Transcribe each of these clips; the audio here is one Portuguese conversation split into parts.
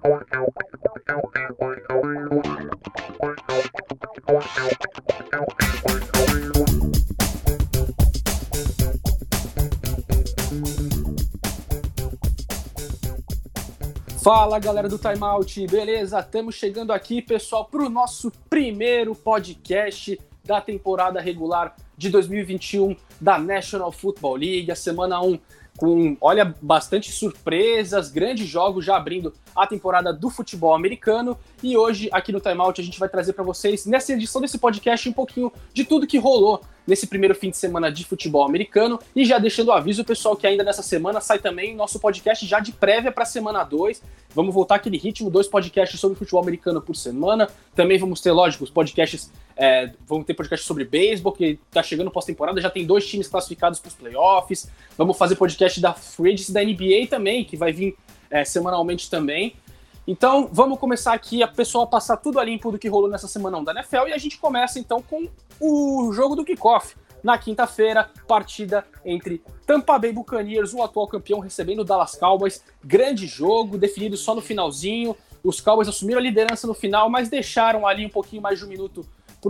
Fala, galera do Time Out, beleza? Estamos chegando aqui, pessoal, para o nosso primeiro podcast da temporada regular de 2021 da National Football League, a semana 1 com, olha, bastante surpresas, grandes jogos já abrindo a temporada do futebol americano. E hoje, aqui no Time Out, a gente vai trazer para vocês, nessa edição desse podcast, um pouquinho de tudo que rolou nesse primeiro fim de semana de futebol americano. E já deixando o aviso, pessoal, que ainda nessa semana sai também nosso podcast já de prévia para a semana 2. Vamos voltar àquele ritmo, 2 podcasts sobre futebol americano por semana. Também vamos ter, lógico, os podcasts, vamos ter podcast sobre beisebol, que tá chegando pós-temporada, já tem 2 times classificados para os playoffs. Vamos fazer podcast da Free Agency da NBA também, que vai vir semanalmente também. Então, vamos começar aqui a pessoal passar tudo a limpo do que rolou nessa semana 1 da NFL, e a gente começa então com o jogo do kickoff. Na quinta-feira, partida entre Tampa Bay Buccaneers, o atual campeão, recebendo o Dallas Cowboys. Grande jogo, definido só no finalzinho. Os Cowboys assumiram a liderança no final, mas deixaram ali um pouquinho mais de um minuto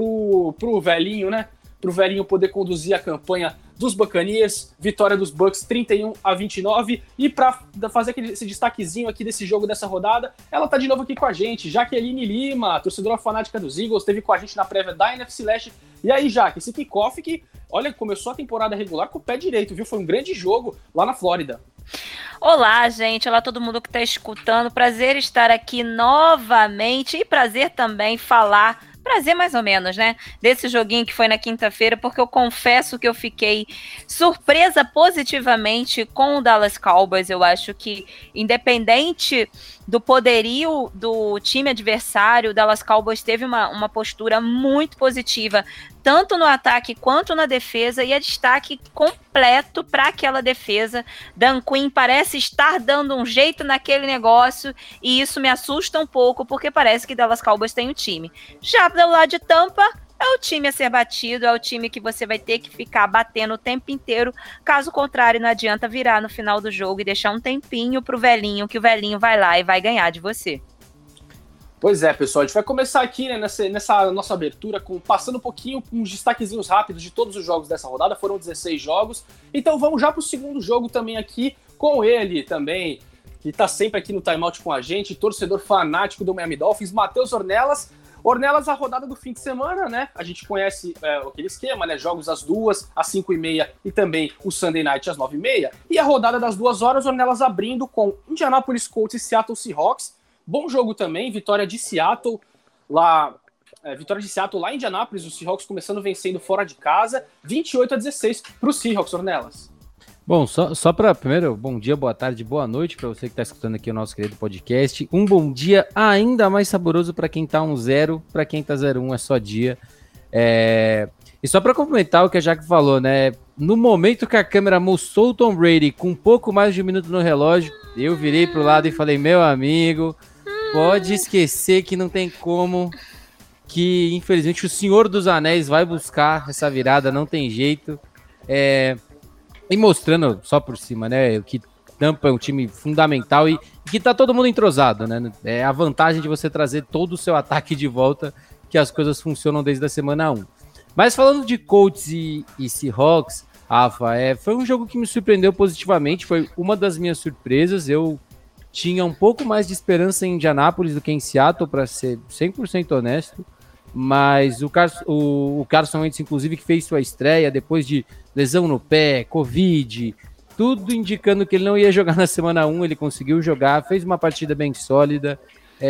pro velhinho, né? Pro velhinho poder conduzir a campanha dos Buccaneers. Vitória dos Bucs 31-29. E para fazer esse destaquezinho aqui desse jogo, dessa rodada, ela tá de novo aqui com a gente. Jaqueline Lima, torcedora fanática dos Eagles, esteve com a gente na prévia da NFC Leste. E aí, Jaque, esse kickoff que, olha, começou a temporada regular com o pé direito, viu? Foi um grande jogo lá na Flórida. Olá, gente. Olá, todo mundo que está escutando. Prazer estar aqui novamente e prazer também falar, prazer mais ou menos, né, desse joguinho que foi na quinta-feira, porque eu confesso que eu fiquei surpresa positivamente com o Dallas Cowboys. Eu acho que, independente do poderio do time adversário, o Dallas Cowboys teve uma postura muito positiva, tanto no ataque quanto na defesa, e é destaque completo para aquela defesa. Dan Quinn parece estar dando um jeito naquele negócio, e isso me assusta um pouco, porque parece que Dallas Cowboys tem um time. Já do lado de Tampa, é o time a ser batido, é o time que você vai ter que ficar batendo o tempo inteiro. Caso contrário, não adianta virar no final do jogo e deixar um tempinho pro velhinho, que o velhinho vai lá e vai ganhar de você. Pois é, pessoal, a gente vai começar aqui, né, nessa nossa abertura, passando um pouquinho com uns destaquezinhos rápidos de todos os jogos dessa rodada. Foram 16 jogos, então vamos já pro segundo jogo também aqui, com ele também, que tá sempre aqui no Time Out com a gente, torcedor fanático do Miami Dolphins, Matheus Ornelas. Ornelas, a rodada do fim de semana, né? A gente conhece aquele esquema, né? Jogos às 2, às 5h30 e também o Sunday Night às 9h30. E a rodada das 2 horas, Ornelas abrindo com Indianapolis Colts e Seattle Seahawks. Bom jogo também, vitória de Seattle lá em Indianapolis, os Seahawks começando vencendo fora de casa, 28-16 para os Seahawks, Ornelas. Bom, só para primeiro, bom dia, boa tarde, boa noite para você que está escutando aqui o nosso querido podcast. Um bom dia ainda mais saboroso para quem tá 1-0, para quem tá 0-1 é só dia. E só para complementar o que a Jaque falou, né? No momento que a câmera mostrou o Tom Brady com um pouco mais de um minuto no relógio, eu virei pro lado e falei, meu amigo, pode esquecer que não tem como, que infelizmente o Senhor dos Anéis vai buscar essa virada, não tem jeito. E mostrando só por cima, né, que Tampa é um time fundamental e que tá todo mundo entrosado, né? É a vantagem de você trazer todo o seu ataque de volta, que as coisas funcionam desde a semana 1. Mas falando de Colts e Seahawks, Rafa, foi um jogo que me surpreendeu positivamente, foi uma das minhas surpresas. Eu tinha um pouco mais de esperança em Indianápolis do que em Seattle, para ser 100% honesto. Mas o Carson Wentz, inclusive, que fez sua estreia depois de lesão no pé, Covid, tudo indicando que ele não ia jogar na semana 1, ele conseguiu jogar, fez uma partida bem sólida.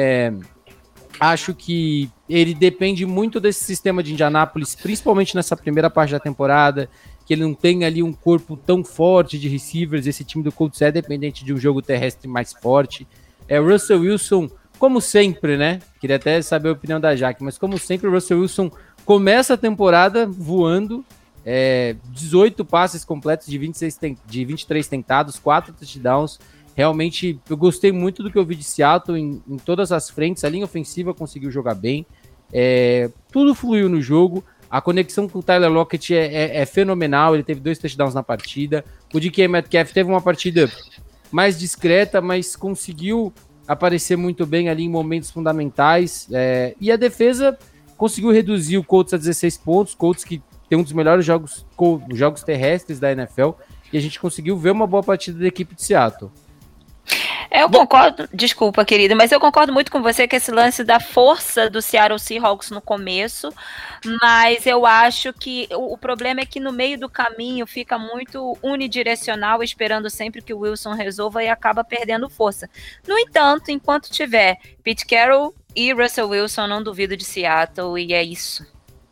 Acho que ele depende muito desse sistema de Indianápolis, principalmente nessa primeira parte da temporada, que ele não tem ali um corpo tão forte de receivers. Esse time do Colts é dependente de um jogo terrestre mais forte. Russell Wilson, como sempre, né? Queria até saber a opinião da Jaque, mas como sempre o Russell Wilson começa a temporada voando, 18 passes completos de 23 tentados, 4 touchdowns. Realmente, eu gostei muito do que eu vi de Seattle em todas as frentes. A linha ofensiva conseguiu jogar bem. Tudo fluiu no jogo. A conexão com o Tyler Lockett é fenomenal. Ele teve 2 touchdowns na partida. O DK Metcalf teve uma partida mais discreta, mas conseguiu aparecer muito bem ali em momentos fundamentais, e a defesa conseguiu reduzir o Colts a 16 pontos, Colts que tem um dos melhores jogos terrestres da NFL, e a gente conseguiu ver uma boa partida da equipe de Seattle. Eu concordo, desculpa, querido, mas eu concordo muito com você que esse lance da força do Seattle Seahawks no começo, mas eu acho que o problema é que no meio do caminho fica muito unidirecional, esperando sempre que o Wilson resolva e acaba perdendo força. No entanto, enquanto tiver Pete Carroll e Russell Wilson, não duvido de Seattle, e é isso.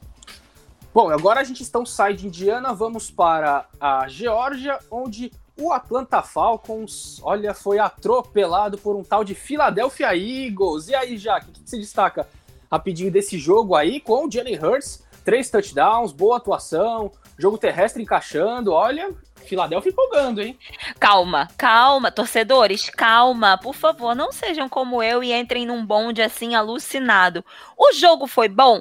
Bom, agora a gente sai de Indiana, vamos para a Geórgia, onde o Atlanta Falcons, olha, foi atropelado por um tal de Philadelphia Eagles. E aí, Jaque, o que se destaca rapidinho desse jogo aí com o Jalen Hurts? 3 touchdowns, boa atuação, jogo terrestre encaixando, olha, Philadelphia empolgando, hein? Calma, torcedores, calma, por favor, não sejam como eu e entrem num bonde assim alucinado. O jogo foi bom?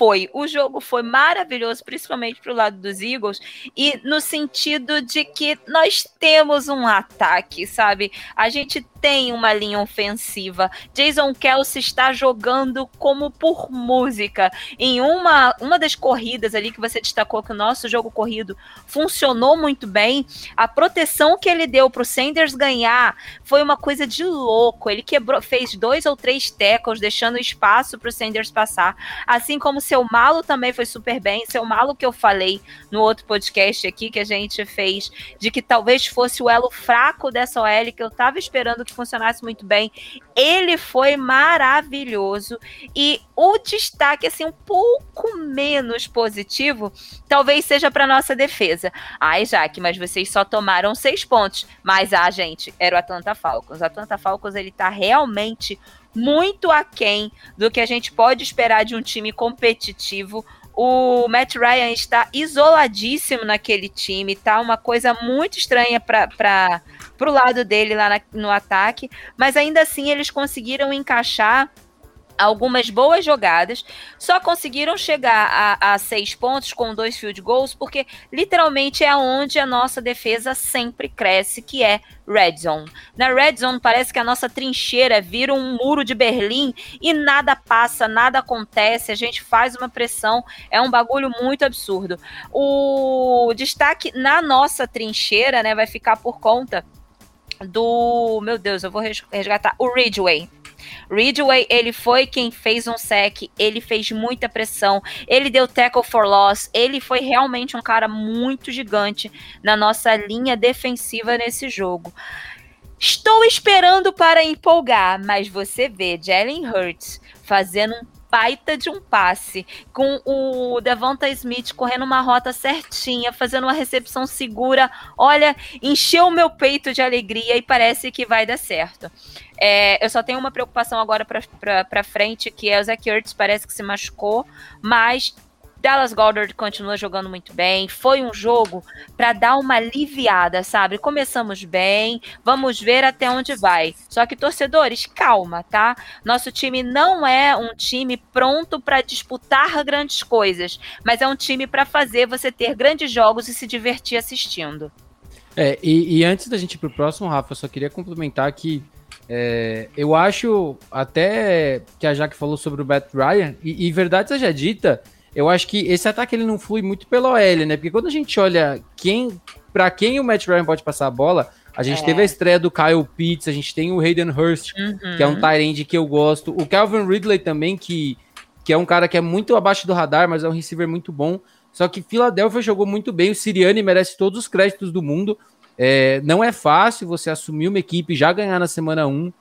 O jogo foi maravilhoso, principalmente pro lado dos Eagles, e no sentido de que nós temos um ataque, sabe? A gente tem uma linha ofensiva. Jason Kelce está jogando como por música. Em uma das corridas ali que você destacou que o nosso jogo corrido funcionou muito bem, a proteção que ele deu pro Sanders ganhar foi uma coisa de louco. Ele fez 2 ou 3 tackles, deixando espaço pro Sanders passar, assim como o Seu Malo também foi super bem. Seu Malo, que eu falei no outro podcast aqui que a gente fez, de que talvez fosse o elo fraco dessa OL, que eu tava esperando que funcionasse muito bem, ele foi maravilhoso. E o destaque assim um pouco menos positivo talvez seja para nossa defesa. Ai, Jaque, mas vocês só tomaram 6 pontos. Mas, gente, era o Atlanta Falcons. O Atlanta Falcons, ele tá realmente muito aquém do que a gente pode esperar de um time competitivo. O Matt Ryan está isoladíssimo naquele time, tá uma coisa muito estranha para pro lado dele lá no ataque, mas ainda assim eles conseguiram encaixar algumas boas jogadas, só conseguiram chegar a 6 pontos com 2 field goals, porque literalmente é onde a nossa defesa sempre cresce, que é Red Zone. Na Red Zone parece que a nossa trincheira vira um muro de Berlim e nada passa, nada acontece, a gente faz uma pressão, é um bagulho muito absurdo. O destaque na nossa trincheira, né, vai ficar por conta do, meu Deus, eu vou resgatar, o Ridgeway, ele foi quem fez um sec, ele fez muita pressão, ele deu tackle for loss, ele foi realmente um cara muito gigante na nossa linha defensiva nesse jogo. Estou esperando para empolgar, mas você vê Jalen Hurts fazendo um baita de um passe, com o Devonta Smith correndo uma rota certinha, fazendo uma recepção segura, olha, encheu o meu peito de alegria e parece que vai dar certo. Eu só tenho uma preocupação agora para frente, que é o Zach Ertz, parece que se machucou, mas Dallas Goedert continua jogando muito bem. Foi um jogo para dar uma aliviada, sabe? Começamos bem, vamos ver até onde vai. Só que, torcedores, calma, tá? Nosso time não é um time pronto para disputar grandes coisas, mas é um time para fazer você ter grandes jogos e se divertir assistindo. E antes da gente ir pro próximo, Rafa, eu só queria complementar que eu acho até que a Jaque falou sobre o Matt Ryan, e verdade seja dita, eu acho que esse ataque ele não flui muito pela OL, né? Porque quando a gente olha para quem o Matt Ryan pode passar a bola, a gente teve a estreia do Kyle Pitts, a gente tem o Hayden Hurst, que é um tight end que eu gosto, o Calvin Ridley também, que é um cara que é muito abaixo do radar, mas é um receiver muito bom. Só que Philadelphia jogou muito bem, o Sirianni merece todos os créditos do mundo. Não é fácil você assumir uma equipe e já ganhar na semana 1,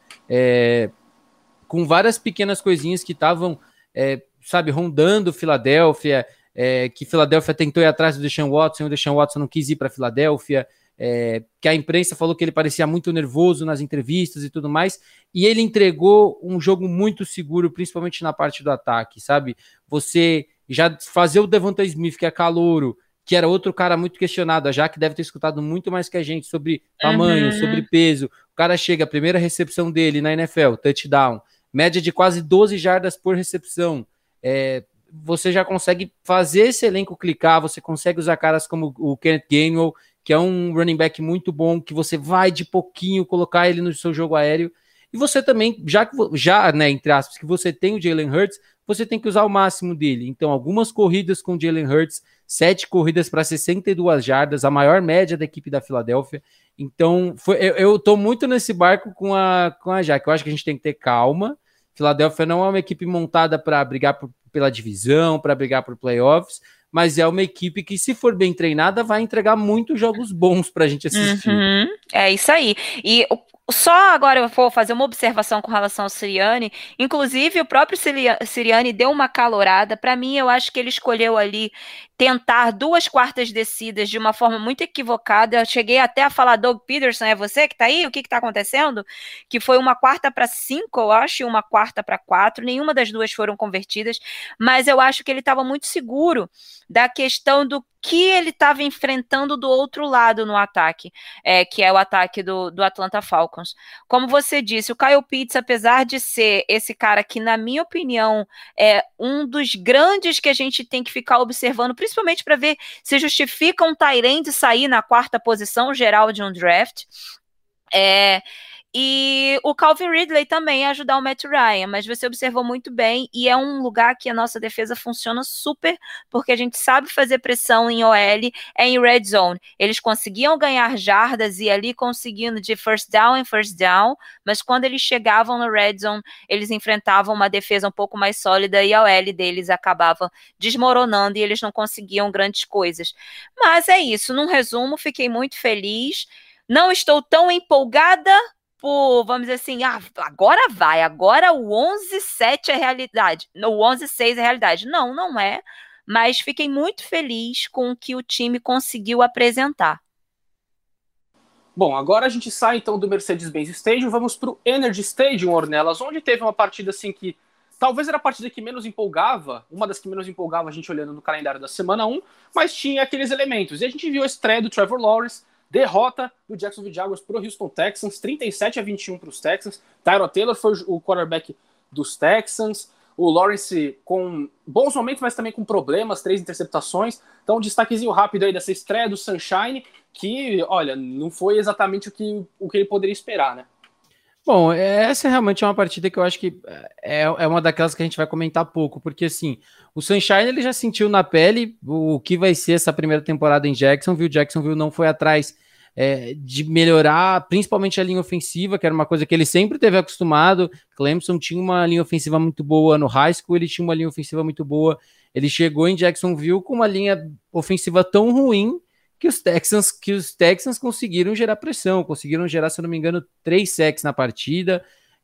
com várias pequenas coisinhas que estavam, rondando Philadelphia, que Philadelphia tentou ir atrás do Deshaun Watson, o Deshaun Watson não quis ir para Philadelphia, que a imprensa falou que ele parecia muito nervoso nas entrevistas e tudo mais, e ele entregou um jogo muito seguro, principalmente na parte do ataque, sabe? Você já fazer o Devonta Smith, que é calouro, que era outro cara muito questionado, a Jaque deve ter escutado muito mais que a gente sobre tamanho, sobre peso. O cara chega, a primeira recepção dele na NFL, touchdown, média de quase 12 jardas por recepção. Você já consegue fazer esse elenco clicar, você consegue usar caras como o Kenneth Gainwell, que é um running back muito bom, que você vai de pouquinho colocar ele no seu jogo aéreo. E você também, já né, entre aspas, que você tem o Jalen Hurts, você tem que usar o máximo dele. Então, algumas corridas com o Jalen Hurts, 7 corridas para 62 jardas, a maior média da equipe da Filadélfia. Então, eu tô muito nesse barco com a Jaque. Eu acho que a gente tem que ter calma. Filadélfia não é uma equipe montada para brigar pela divisão, para brigar por playoffs, mas é uma equipe que, se for bem treinada, vai entregar muitos jogos bons para a gente assistir. É isso aí. E só agora eu vou fazer uma observação com relação ao Sirianni. Inclusive, o próprio Sirianni deu uma calorada. Para mim, eu acho que ele escolheu ali tentar 2 quartas descidas de uma forma muito equivocada. Eu cheguei até a falar, Doug Peterson, é você que tá aí? O que tá acontecendo? Que foi uma 4ª-5, eu acho, e uma 4ª-4. Nenhuma das duas foram convertidas, mas eu acho que ele estava muito seguro da questão do que ele estava enfrentando do outro lado no ataque, que é o ataque do Atlanta Falcons. Como você disse, o Kyle Pitts, apesar de ser esse cara que, na minha opinião, é um dos grandes que a gente tem que ficar observando, principalmente para ver se justifica um tight end sair na 4ª posição geral de um draft. E o Calvin Ridley também ajudar o Matt Ryan, mas você observou muito bem, e é um lugar que a nossa defesa funciona super, porque a gente sabe fazer pressão em OL, em red zone. Eles conseguiam ganhar jardas e ali conseguindo de first down em first down, mas quando eles chegavam no red zone, eles enfrentavam uma defesa um pouco mais sólida e a OL deles acabava desmoronando e eles não conseguiam grandes coisas. Mas é isso, num resumo, fiquei muito feliz. Não estou tão empolgada vamos dizer assim, agora vai, agora o 11-7 é realidade, o 11-6 é realidade. Não é, mas fiquei muito feliz com o que o time conseguiu apresentar. Bom, agora a gente sai então do Mercedes-Benz Stadium, vamos para o Energy Stadium, Ornelas, onde teve uma partida assim que talvez era a partida que menos empolgava, uma das que menos empolgava a gente olhando no calendário da semana 1, mas tinha aqueles elementos. E a gente viu a estreia do Trevor Lawrence, derrota do Jacksonville Jaguars para o Houston Texans, 37-21 para os Texans. Tyrod Taylor foi o quarterback dos Texans. O Lawrence com bons momentos, mas também com problemas, 3 interceptações. Então, um destaquezinho rápido aí dessa estreia do Sunshine, que, olha, não foi exatamente o que ele poderia esperar, né? Bom, essa realmente é uma partida que eu acho que é uma daquelas que a gente vai comentar pouco, porque assim, o Sunshine ele já sentiu na pele o que vai ser essa primeira temporada em Jacksonville. Jacksonville não foi atrás de melhorar, principalmente a linha ofensiva, que era uma coisa que ele sempre teve acostumado. Clemson tinha uma linha ofensiva muito boa no high school, ele tinha uma linha ofensiva muito boa. Ele chegou em Jacksonville com uma linha ofensiva tão ruim que os Texans conseguiram gerar pressão, conseguiram gerar, se eu não me engano, 3 sacks na partida.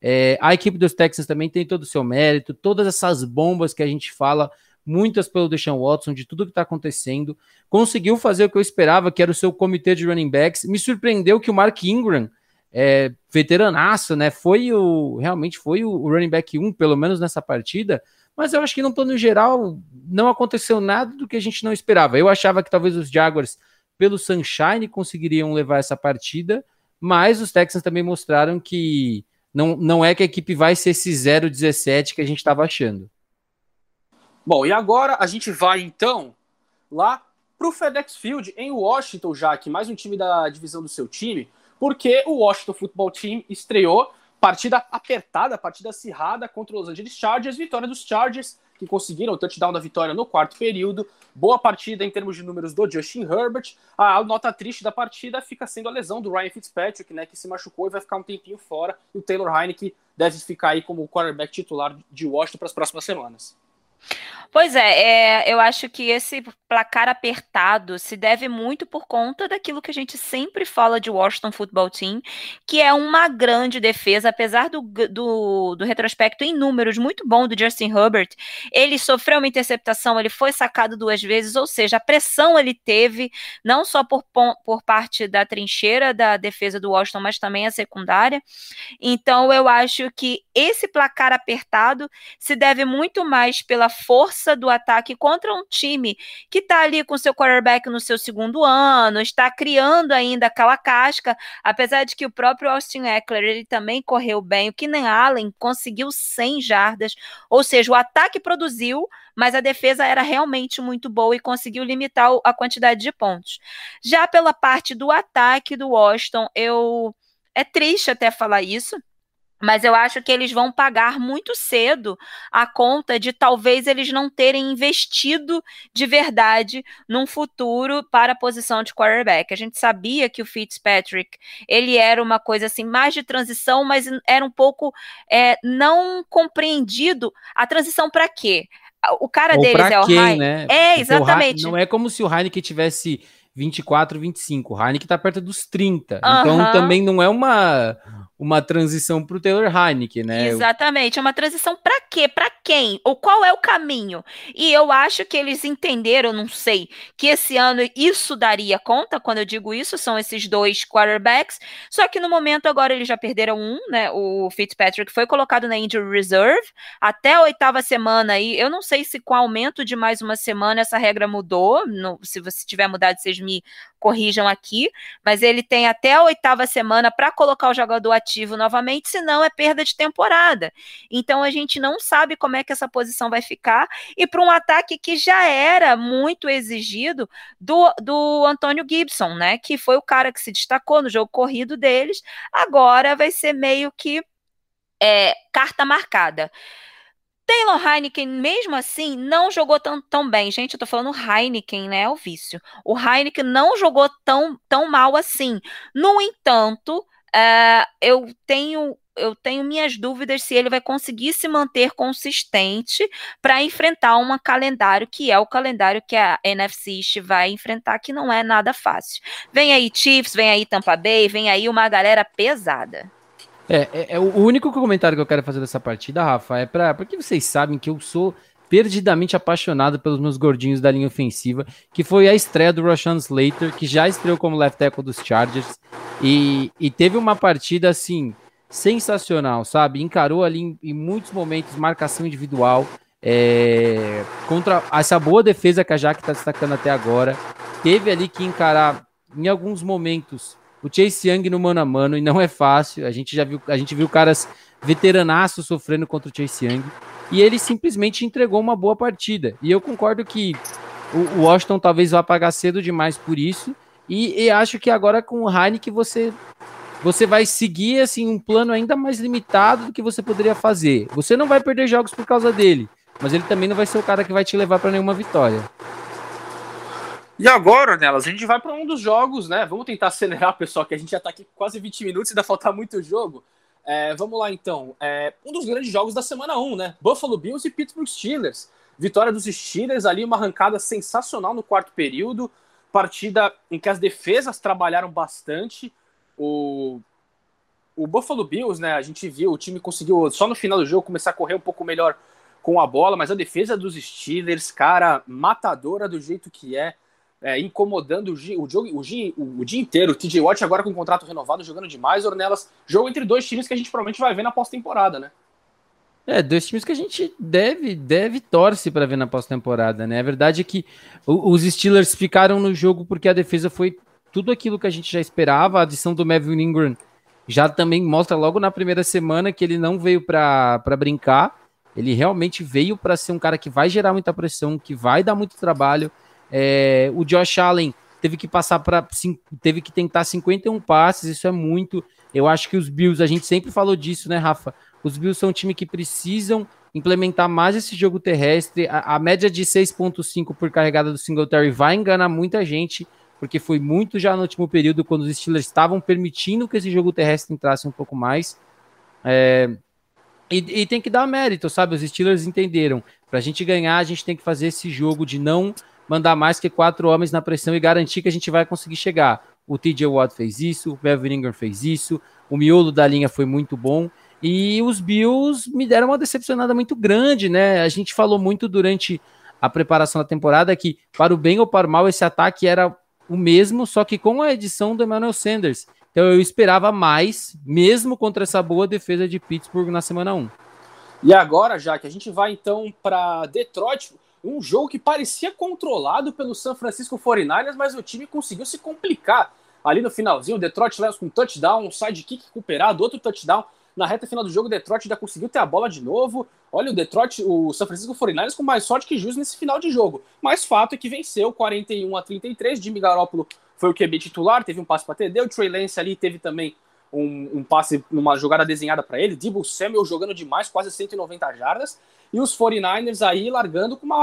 A equipe dos Texans também tem todo o seu mérito, todas essas bombas que a gente fala, muitas pelo Deshaun Watson, de tudo que está acontecendo, conseguiu fazer o que eu esperava, que era o seu comitê de running backs. Me surpreendeu que o Mark Ingram, veteranaço, né, realmente foi o running back 1, pelo menos nessa partida, mas eu acho que no plano geral não aconteceu nada do que a gente não esperava. Eu achava que talvez os Jaguars, pelo Sunshine, conseguiriam levar essa partida, mas os Texans também mostraram que não é que a equipe vai ser esse 0-17 que a gente estava achando. Bom, e agora a gente vai então lá para o FedEx Field em Washington, já que mais um time da divisão do seu time, porque o Washington Football Team estreou partida apertada, partida acirrada contra os Los Angeles Chargers, vitória dos Chargers, que conseguiram o touchdown da vitória no 4º período. Boa partida em termos de números do Justin Herbert. A nota triste da partida fica sendo a lesão do Ryan Fitzpatrick, né, que se machucou e vai ficar um tempinho fora. E o Taylor Heinicke deve ficar aí como quarterback titular de Washington para as próximas semanas. Pois eu acho que esse placar apertado se deve muito por conta daquilo que a gente sempre fala de Washington Football Team, que é uma grande defesa, apesar do retrospecto em números muito bom do Justin Herbert. Ele sofreu uma interceptação, ele foi sacado 2 vezes, ou seja, a pressão ele teve, não só por parte da trincheira da defesa do Washington, mas também a secundária. Então eu acho que esse placar apertado se deve muito mais pela força do ataque contra um time que está ali com seu quarterback no seu 2º ano, está criando ainda aquela casca, apesar de que o próprio Austin Ekeler, ele também correu bem, o Keenan Allen conseguiu 100 jardas, ou seja, o ataque produziu, mas a defesa era realmente muito boa e conseguiu limitar a quantidade de pontos. Já pela parte do ataque do Washington, é triste até falar isso, Mas eu acho que eles vão pagar muito cedo a conta de talvez eles não terem investido de verdade num futuro para a posição de quarterback. A gente sabia que o Fitzpatrick, ele era uma coisa assim, mais de transição, mas era um pouco não compreendido. A transição para quê? O cara Ou deles pra é o quem, Heineken. né? Exatamente. Não é como se o Heineken tivesse 24, 25. O Heineken tá perto dos 30. Uhum. Então também não é uma transição pro Taylor Heineken, né? Exatamente. É uma transição para quê? Para quem? Ou qual é o caminho? E eu acho que eles entenderam, não sei, que esse ano isso daria conta. Quando eu digo isso, são esses dois quarterbacks. Só que no momento agora eles já perderam um, né? O Fitzpatrick foi colocado na injury reserve até a 8ª semana aí. Eu não sei se com o aumento de mais uma semana essa regra mudou. Se você tiver mudado, vocês me corrijam aqui, mas ele tem até a 8ª semana para colocar o jogador ativo novamente, senão é perda de temporada. Então a gente não sabe como é que essa posição vai ficar, e para um ataque que já era muito exigido do Antônio Gibson, né, que foi o cara que se destacou no jogo corrido deles, agora vai ser meio que carta marcada. Taylor Heineken, mesmo assim, não jogou tão bem. Gente, eu tô falando Heineken, né? É o vício. O Heineken não jogou tão mal assim. No entanto, eu tenho minhas dúvidas se ele vai conseguir se manter consistente para enfrentar um calendário que é o calendário que a NFC East vai enfrentar, que não é nada fácil. Vem aí Chiefs, vem aí Tampa Bay, vem aí uma galera pesada. O único comentário que eu quero fazer dessa partida, Rafa, porque vocês sabem que eu sou perdidamente apaixonado pelos meus gordinhos da linha ofensiva, que foi a estreia do Rashawn Slater, que já estreou como left tackle dos Chargers, e teve uma partida, assim, sensacional, sabe? Encarou ali em muitos momentos marcação individual, contra essa boa defesa que a Jaque está destacando até agora, teve ali que encarar, em alguns momentos, o Chase Young no mano a mano, e não é fácil. A gente viu caras veteranaços sofrendo contra o Chase Young, e ele simplesmente entregou uma boa partida. E eu concordo que o Washington talvez vá pagar cedo demais por isso, e acho que agora com o Heineken você vai seguir assim um plano ainda mais limitado do que você poderia fazer. Você não vai perder jogos por causa dele, mas ele também não vai ser o cara que vai te levar para nenhuma vitória. E agora, Nelas, a gente vai para um dos jogos, né? Vamos tentar acelerar, pessoal, que a gente já está aqui quase 20 minutos e ainda falta muito jogo. Vamos lá, então. Um dos grandes jogos da semana 1, né? Buffalo Bills e Pittsburgh Steelers. Vitória dos Steelers ali, uma arrancada sensacional no quarto período. Partida em que as defesas trabalharam bastante. O Buffalo Bills, né? A gente viu, o time conseguiu, só no final do jogo, começar a correr um pouco melhor com a bola, mas a defesa dos Steelers, cara, matadora do jeito que incomodando o dia inteiro. O TJ Watt agora com o contrato renovado, jogando demais. Ornelas, jogo entre dois times que a gente provavelmente vai ver na pós-temporada, né? Dois times que a gente deve torce para ver na pós-temporada, né? A verdade é que os Steelers ficaram no jogo porque a defesa foi tudo aquilo que a gente já esperava. A adição do Melvin Ingram já também mostra logo na primeira semana que ele não veio para brincar. Ele realmente veio para ser um cara que vai gerar muita pressão, que vai dar muito trabalho. O Josh Allen teve que tentar 51 passes, isso é muito. Eu acho que os Bills, a gente sempre falou disso, né, Rafa? Os Bills são um time que precisam implementar mais esse jogo terrestre. A média de 6.5 por carregada do Singletary vai enganar muita gente, porque foi muito já no último período, quando os Steelers estavam permitindo que esse jogo terrestre entrasse um pouco mais. E tem que dar mérito, sabe? Os Steelers entenderam. Pra gente ganhar, a gente tem que fazer esse jogo de não mandar mais que 4 homens na pressão e garantir que a gente vai conseguir chegar. O TJ Watt fez isso, o Melvin Ingram fez isso, o miolo da linha foi muito bom, e os Bills me deram uma decepcionada muito grande, né? A gente falou muito durante a preparação da temporada que, para o bem ou para o mal, esse ataque era o mesmo, só que com a edição do Emmanuel Sanders. Então eu esperava mais, mesmo contra essa boa defesa de Pittsburgh na semana 1. E agora, já que a gente vai então para Detroit, um jogo que parecia controlado pelo San Francisco 49ers, mas o time conseguiu se complicar ali no finalzinho. O Detroit Lions com touchdown, um sidekick recuperado, outro touchdown. Na reta final do jogo, o Detroit ainda conseguiu ter a bola de novo. Olha, o San Francisco 49ers com mais sorte que justo nesse final de jogo. Mas fato é que venceu 41-33. Jimmy Garoppolo foi o QB titular, teve um passe para TD. O Trey Lance ali teve também um passe numa jogada desenhada para ele, Deebo Samuel jogando demais, quase 190 jardas, e os 49ers aí largando com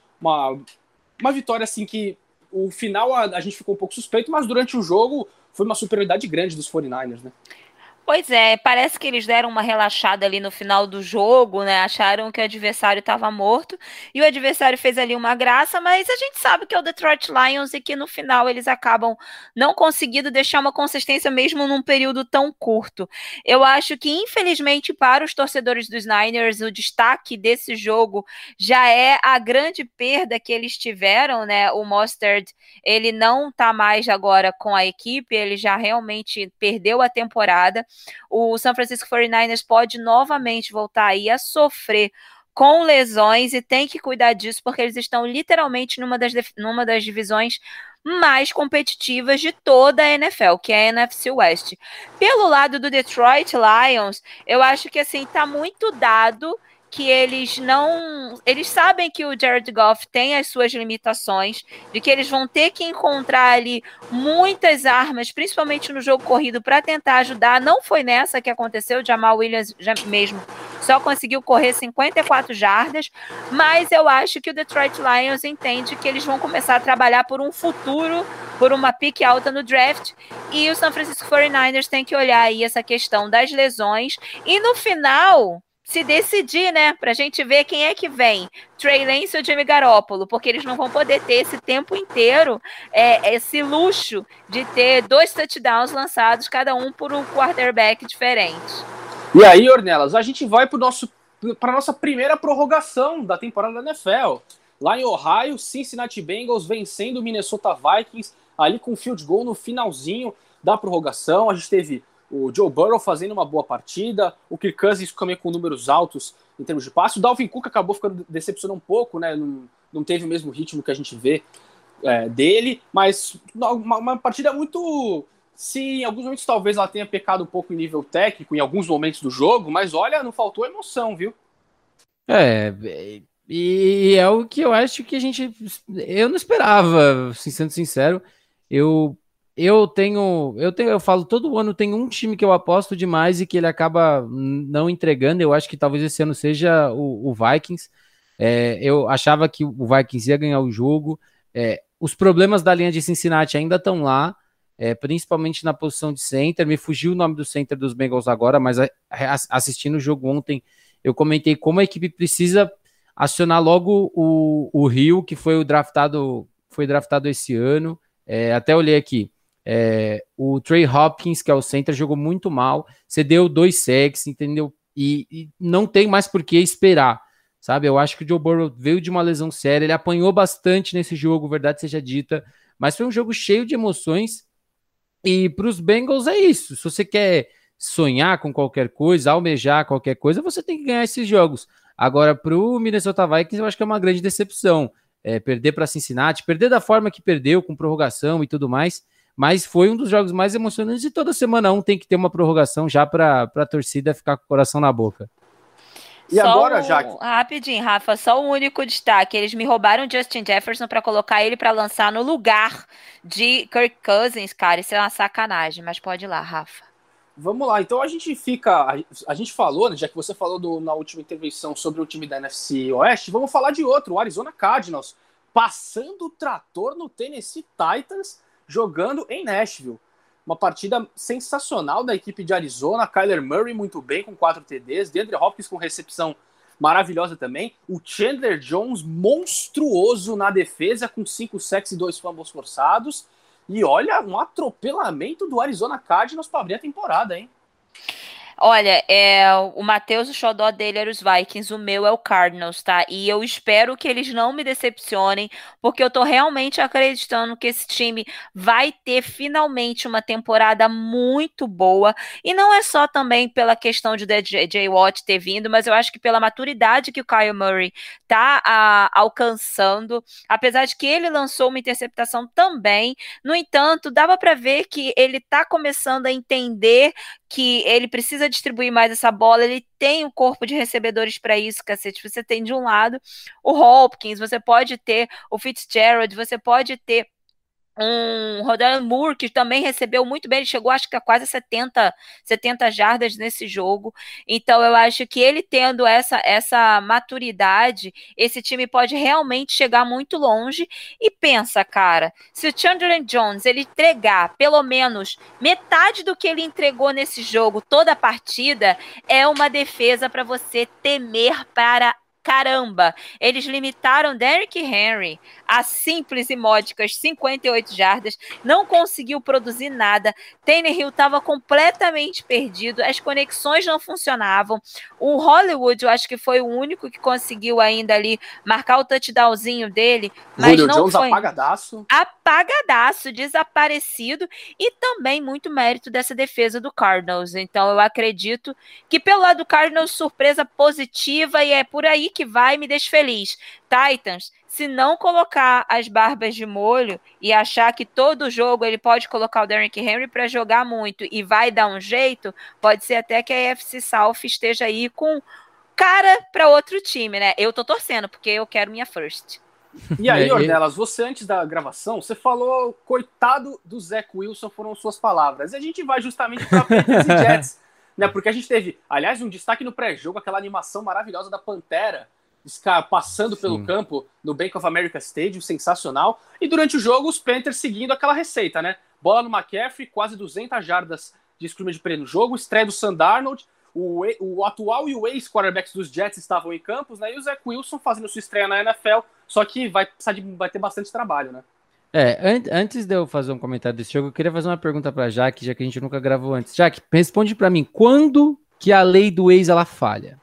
uma vitória assim que o final a gente ficou um pouco suspeito, mas durante o jogo foi uma superioridade grande dos 49ers, né? Pois é, parece que eles deram uma relaxada ali no final do jogo, né? Acharam que o adversário estava morto e o adversário fez ali uma graça, mas a gente sabe que é o Detroit Lions e que no final eles acabam não conseguindo deixar uma consistência mesmo num período tão curto. Eu acho que, infelizmente, para os torcedores dos Niners, o destaque desse jogo já é a grande perda que eles tiveram, né? O Mostert, ele não está mais agora com a equipe, ele já realmente perdeu a temporada. O San Francisco 49ers pode novamente voltar aí a sofrer com lesões e tem que cuidar disso porque eles estão literalmente numa das divisões mais competitivas de toda a NFL, que é a NFC West. Pelo lado do Detroit Lions, eu acho que assim tá muito dado que eles sabem que o Jared Goff tem as suas limitações, de que eles vão ter que encontrar ali muitas armas, principalmente no jogo corrido, para tentar ajudar. Não foi nessa que aconteceu, o Jamal Williams já mesmo só conseguiu correr 54 jardas, mas eu acho que o Detroit Lions entende que eles vão começar a trabalhar por um futuro, por uma pique alta no draft, e o San Francisco 49ers tem que olhar aí essa questão das lesões, e no final se decidir, né, pra gente ver quem é que vem, Trey Lance ou Jimmy Garoppolo, porque eles não vão poder ter esse tempo inteiro, esse luxo de ter 2 touchdowns lançados, cada um por um quarterback diferente. E aí, Ornelas, a gente vai para a nossa primeira prorrogação da temporada da NFL. Lá em Ohio, Cincinnati Bengals vencendo o Minnesota Vikings, ali com field goal no finalzinho da prorrogação. A gente teve o Joe Burrow fazendo uma boa partida, o Kirk Cousins também com números altos em termos de passe. O Dalvin Cook acabou ficando decepcionando um pouco, né? Não teve o mesmo ritmo que a gente vê dele, mas uma partida muito... Se em alguns momentos talvez ela tenha pecado um pouco em nível técnico, em alguns momentos do jogo, mas olha, não faltou emoção, viu? E é o que eu acho que eu não esperava, sendo sincero. Eu falo todo ano, tem um time que eu aposto demais e que ele acaba não entregando. Eu acho que talvez esse ano seja o Vikings. Eu achava que o Vikings ia ganhar o jogo. Os problemas da linha de Cincinnati ainda estão lá, principalmente na posição de center. Me fugiu o nome do center dos Bengals agora, mas assistindo o jogo ontem, eu comentei como a equipe precisa acionar logo o Hill, que foi draftado esse ano. Até olhei aqui. O Trey Hopkins, que é o center, jogou muito mal. Cedeu 2 sacks, entendeu? E não tem mais por que esperar, sabe? Eu acho que o Joe Burrow veio de uma lesão séria. Ele apanhou bastante nesse jogo, verdade seja dita. Mas foi um jogo cheio de emoções. E para os Bengals é isso. Se você quer sonhar com qualquer coisa, almejar qualquer coisa, você tem que ganhar esses jogos. Agora, para o Minnesota Vikings, eu acho que é uma grande decepção. Perder para Cincinnati, perder da forma que perdeu, com prorrogação e tudo mais, mas foi um dos jogos mais emocionantes e toda semana tem que ter uma prorrogação já para a torcida ficar com o coração na boca. E agora, Jaque? Rapidinho, Rafa, só um único destaque. Eles me roubaram o Justin Jefferson para colocar ele para lançar no lugar de Kirk Cousins, cara. Isso é uma sacanagem, mas pode ir lá, Rafa. Vamos lá, então a gente falou, né, já que você falou na última intervenção sobre o time da NFC Oeste, vamos falar de outro, o Arizona Cardinals, passando o trator no Tennessee Titans, jogando em Nashville. Uma partida sensacional da equipe de Arizona, Kyler Murray muito bem com 4 TDs, DeAndre Hopkins com recepção maravilhosa também, o Chandler Jones monstruoso na defesa com 5 sacks e 2 fumbles forçados, e olha, um atropelamento do Arizona Cardinals para abrir a temporada, hein? Olha, o Matheus, o xodó dele era os Vikings, o meu é o Cardinals, tá? E eu espero que eles não me decepcionem, porque eu tô realmente acreditando que esse time vai ter finalmente uma temporada muito boa. E não é só também pela questão de DJ Watt ter vindo, mas eu acho que pela maturidade que o Kyle Murray tá alcançando, apesar de que ele lançou uma interceptação também. No entanto, dava para ver que ele tá começando a entender que ele precisa distribuir mais essa bola, ele tem o corpo de recebedores para isso, cacete. Você tem de um lado o Hopkins, você pode ter o Fitzgerald, você pode ter Rodrigo Moore, que também recebeu muito bem, ele chegou acho que a quase 70 jardas nesse jogo. Então eu acho que ele tendo essa maturidade, esse time pode realmente chegar muito longe. E pensa, cara, se o Chandler Jones ele entregar pelo menos metade do que ele entregou nesse jogo, toda a partida, é uma defesa para você temer para caramba. Eles limitaram Derrick Henry a simples e módicas 58 jardas, não conseguiu produzir nada. Tannehill estava completamente perdido, as conexões não funcionavam. O Hollywood, eu acho que foi o único que conseguiu ainda ali marcar o touchdownzinho dele, mas Julio não Jones foi apagadaço, desaparecido, e também muito mérito dessa defesa do Cardinals. Então eu acredito que pelo lado do Cardinals, surpresa positiva, e é por aí que vai, me deixa feliz. Titans, se não colocar as barbas de molho e achar que todo jogo ele pode colocar o Derrick Henry para jogar muito e vai dar um jeito, pode ser até que a AFC South esteja aí com cara para outro time, né? Eu tô torcendo, porque eu quero minha first. E aí, Ornelas, você antes da gravação, você falou, coitado do Zach Wilson, foram suas palavras. E a gente vai justamente para Patriots e Jets, né? Porque a gente teve, aliás, um destaque no pré-jogo, aquela animação maravilhosa da Pantera, passando pelo campo no Bank of America Stadium, sensacional. E durante o jogo, os Panthers seguindo aquela receita, né? Bola no McCaffrey, quase 200 jardas de scrimmage para ele no jogo, estreia do Sam Darnold, o atual e o ex-quarterbacks dos Jets estavam em campos, né? E o Zach Wilson fazendo sua estreia na NFL, só que vai ter bastante trabalho, né? Antes de eu fazer um comentário desse jogo, eu queria fazer uma pergunta para Jaque, já que a gente nunca gravou antes. Jaque, responde para mim, quando que a lei do ex ela falha?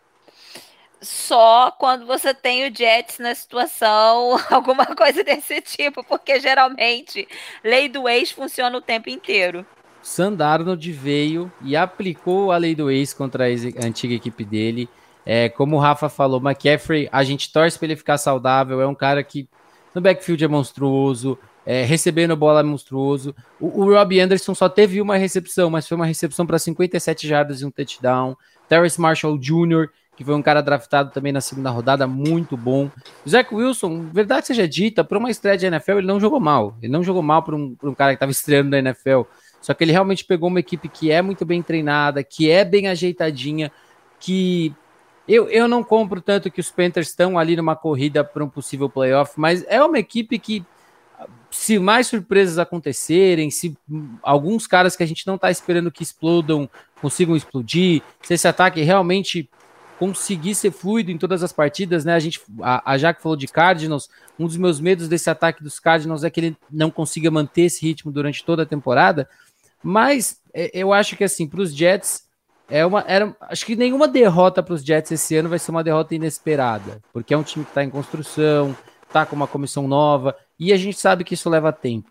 Só quando você tem o Jets na situação, alguma coisa desse tipo, porque geralmente lei do ex funciona o tempo inteiro. Sam Darnold veio e aplicou a lei do ex contra a antiga equipe dele. Como o Rafa falou, McCaffrey, a gente torce para ele ficar saudável, é um cara que no backfield é monstruoso, recebendo bola é monstruoso. O Robbie Anderson só teve uma recepção, mas foi uma recepção para 57 jardas e um touchdown. Terrace Marshall Jr., que foi um cara draftado também na segunda rodada, muito bom. O Zach Wilson, verdade seja dita, para uma estreia de NFL, ele não jogou mal. Ele não jogou mal para um cara que estava estreando na NFL. Só que ele realmente pegou uma equipe que é muito bem treinada, que é bem ajeitadinha, que eu não compro tanto que os Panthers estão ali numa corrida para um possível playoff, mas é uma equipe que, se mais surpresas acontecerem, se alguns caras que a gente não está esperando que explodam, consigam explodir, se esse ataque realmente conseguir ser fluido em todas as partidas, né? A Jaque falou de Cardinals, um dos meus medos desse ataque dos Cardinals é que ele não consiga manter esse ritmo durante toda a temporada, mas eu acho que assim, para os Jets, acho que nenhuma derrota para os Jets esse ano vai ser uma derrota inesperada, porque é um time que está em construção, está com uma comissão nova, e a gente sabe que isso leva tempo.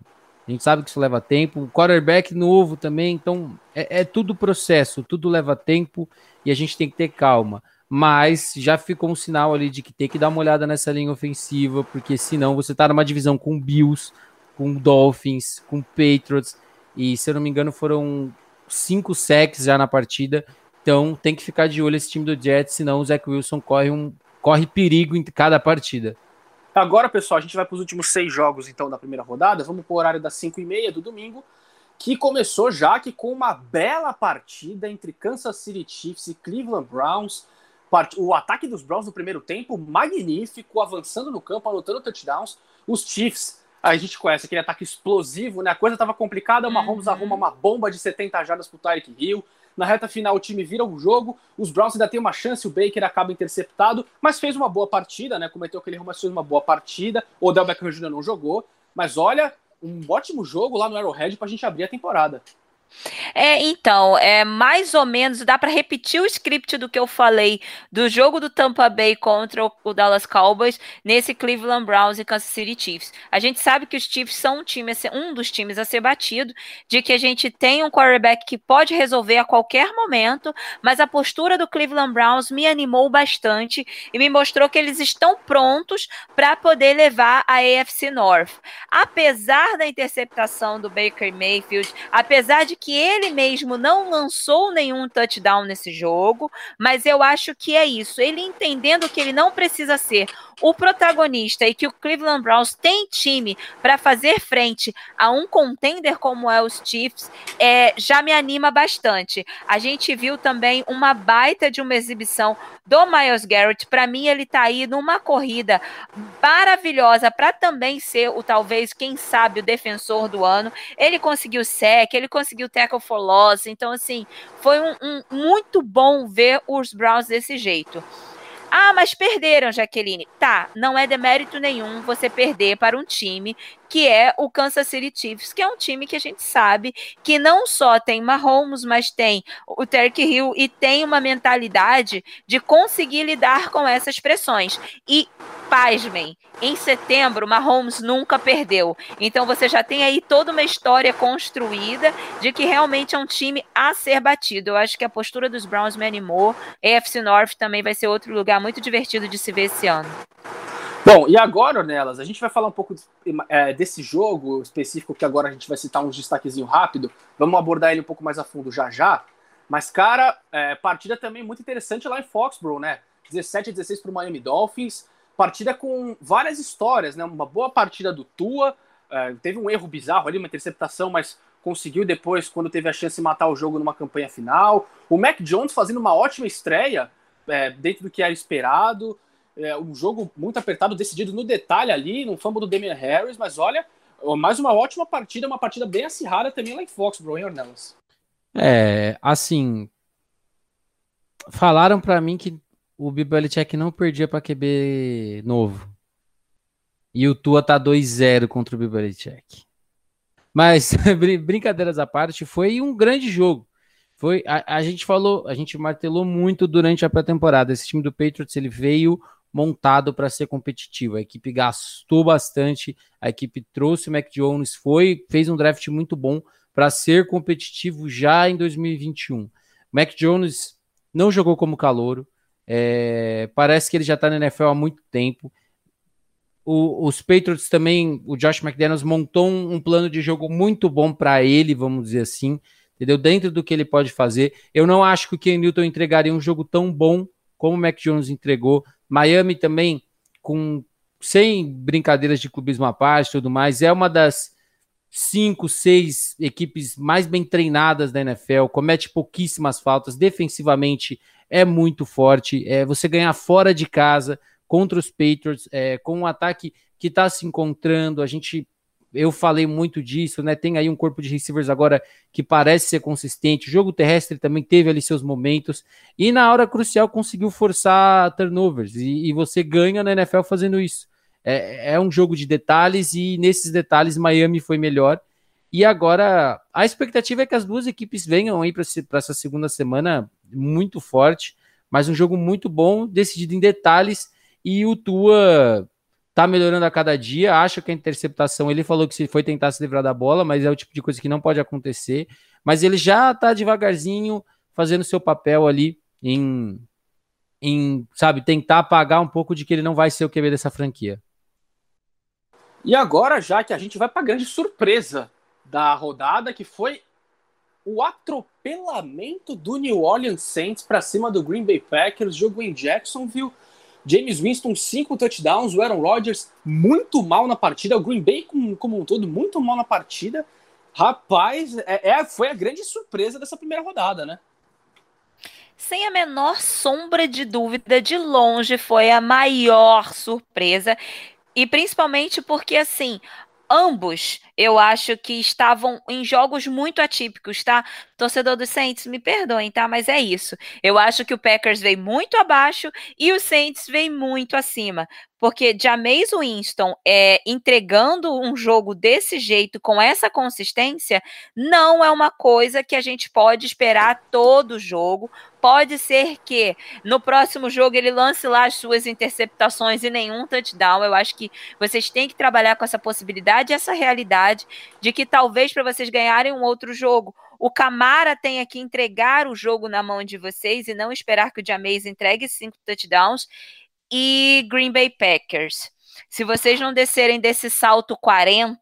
O quarterback novo também, então é tudo processo, tudo leva tempo e a gente tem que ter calma. Mas já ficou um sinal ali de que tem que dar uma olhada nessa linha ofensiva, porque senão você tá numa divisão com Bills, com Dolphins, com Patriots, e se eu não me engano foram 5 sacks já na partida, então tem que ficar de olho esse time do Jets, senão o Zach Wilson corre perigo em cada partida. Agora, pessoal, a gente vai para os últimos 6 jogos então da primeira rodada, vamos para o horário das 5h30 do domingo, que começou já que com uma bela partida entre Kansas City Chiefs e Cleveland Browns. O ataque dos Browns no primeiro tempo, magnífico, avançando no campo, anotando touchdowns. Os Chiefs, a gente conhece aquele ataque explosivo, né? A coisa estava complicada, o Mahomes arruma uma bomba de 70 jardas pro Tyreek Hill. Na reta final, o time vira o jogo. Os Browns ainda tem uma chance, o Baker acaba interceptado, mas fez uma boa partida, né? Cometeu aquele erro, mas fez uma boa partida. O Odell Beckham Jr. não jogou, mas olha, um ótimo jogo lá no Arrowhead pra gente abrir a temporada. Então, mais ou menos, dá para repetir o script do que eu falei do jogo do Tampa Bay contra o Dallas Cowboys nesse Cleveland Browns e Kansas City Chiefs. A gente sabe que os Chiefs são um dos times a ser batido, de que a gente tem um quarterback que pode resolver a qualquer momento, mas a postura do Cleveland Browns me animou bastante e me mostrou que eles estão prontos para poder levar a AFC North. Apesar da interceptação do Baker Mayfield, apesar de que ele mesmo não lançou nenhum touchdown nesse jogo, mas eu acho que é isso. Ele entendendo que ele não precisa ser o protagonista e que o Cleveland Browns tem time para fazer frente a um contender como é os Chiefs, já me anima bastante. A gente viu também uma baita de uma exibição do Myles Garrett. Para mim, ele tá aí numa corrida maravilhosa para também ser talvez, quem sabe, o defensor do ano. Ele conseguiu sack, ele conseguiu tackle for loss. Então, assim, foi muito bom ver os Browns desse jeito. Ah, mas perderam, Jaqueline. Tá, não é demérito nenhum você perder para um time que é o Kansas City Chiefs, que é um time que a gente sabe que não só tem Mahomes, mas tem o Tyreek Hill e tem uma mentalidade de conseguir lidar com essas pressões. E, pasmem, em setembro, Mahomes nunca perdeu. Então você já tem aí toda uma história construída de que realmente é um time a ser batido. Eu acho que a postura dos Browns me animou. AFC North também vai ser outro lugar muito divertido de se ver esse ano. Bom, e agora, Ornelas, a gente vai falar um pouco desse jogo específico, que agora a gente vai citar uns destaquezinhos rápido. Vamos abordar ele um pouco mais a fundo já. Mas, cara, partida também muito interessante lá em Foxborough, né? 17-16 para o Miami Dolphins. Partida com várias histórias, né? Uma boa partida do Tua. Teve um erro bizarro ali, uma interceptação, mas conseguiu depois, quando teve a chance de matar o jogo numa campanha final. O Mac Jones fazendo uma ótima estreia, dentro do que era esperado. Um jogo muito apertado, decidido no detalhe ali, no fumble do Damian Harris, mas olha, mais uma ótima partida, uma partida bem acirrada também lá em Foxborough, hein, Ornelas? Assim, falaram pra mim que o Bill Belichick não perdia pra QB novo. E o Tua tá 2-0 contra o Bill Belichick. Mas, brincadeiras à parte, foi um grande jogo. A gente martelou muito durante a pré-temporada. Esse time do Patriots, ele veio montado para ser competitivo. A equipe gastou bastante, a equipe trouxe o Mac Jones, fez um draft muito bom para ser competitivo já em 2021. O Mac Jones não jogou como calouro, parece que ele já está na NFL há muito tempo. Os Patriots também, o Josh McDaniels montou um plano de jogo muito bom para ele, vamos dizer assim, entendeu? Dentro do que ele pode fazer. Eu não acho que o Ken Newton entregaria um jogo tão bom como o Mac Jones entregou. Miami também, sem brincadeiras de clubismo à parte e tudo mais, é uma das 5, 6 equipes mais bem treinadas da NFL, comete pouquíssimas faltas, defensivamente é muito forte, você ganhar fora de casa contra os Patriots, com um ataque que está se encontrando, eu falei muito disso, né? Tem aí um corpo de receivers agora que parece ser consistente. O jogo terrestre também teve ali seus momentos. E na hora crucial conseguiu forçar turnovers. E você ganha na NFL fazendo isso. É um jogo de detalhes e nesses detalhes Miami foi melhor. E agora a expectativa é que as duas equipes venham aí para essa segunda semana muito forte. Mas um jogo muito bom, decidido em detalhes. E o Tua tá melhorando a cada dia, acha que a interceptação, ele falou que se foi tentar se livrar da bola, mas é o tipo de coisa que não pode acontecer, mas ele já tá devagarzinho fazendo seu papel ali em sabe, tentar apagar um pouco de que ele não vai ser o QB dessa franquia. E agora, já que a gente vai para a grande surpresa da rodada, que foi o atropelamento do New Orleans Saints para cima do Green Bay Packers, jogo em Jacksonville. James Winston, 5 touchdowns, o Aaron Rodgers muito mal na partida, o Green Bay como um todo muito mal na partida. Rapaz, foi a grande surpresa dessa primeira rodada, né? Sem a menor sombra de dúvida, de longe foi a maior surpresa, e principalmente porque, assim, ambos, eu acho que estavam em jogos muito atípicos, tá? Torcedor dos Saints, me perdoem, tá? Mas é isso. Eu acho que o Packers veio muito abaixo e o Saints veio muito acima. Porque Jameis Winston entregando um jogo desse jeito, com essa consistência, não é uma coisa que a gente pode esperar todo jogo. Pode ser que no próximo jogo ele lance lá as suas interceptações e nenhum touchdown. Eu acho que vocês têm que trabalhar com essa possibilidade e essa realidade de que talvez para vocês ganharem um outro jogo, o Kamara tenha que entregar o jogo na mão de vocês e não esperar que o Jameis entregue 5 touchdowns. E Green Bay Packers, se vocês não descerem desse salto 40,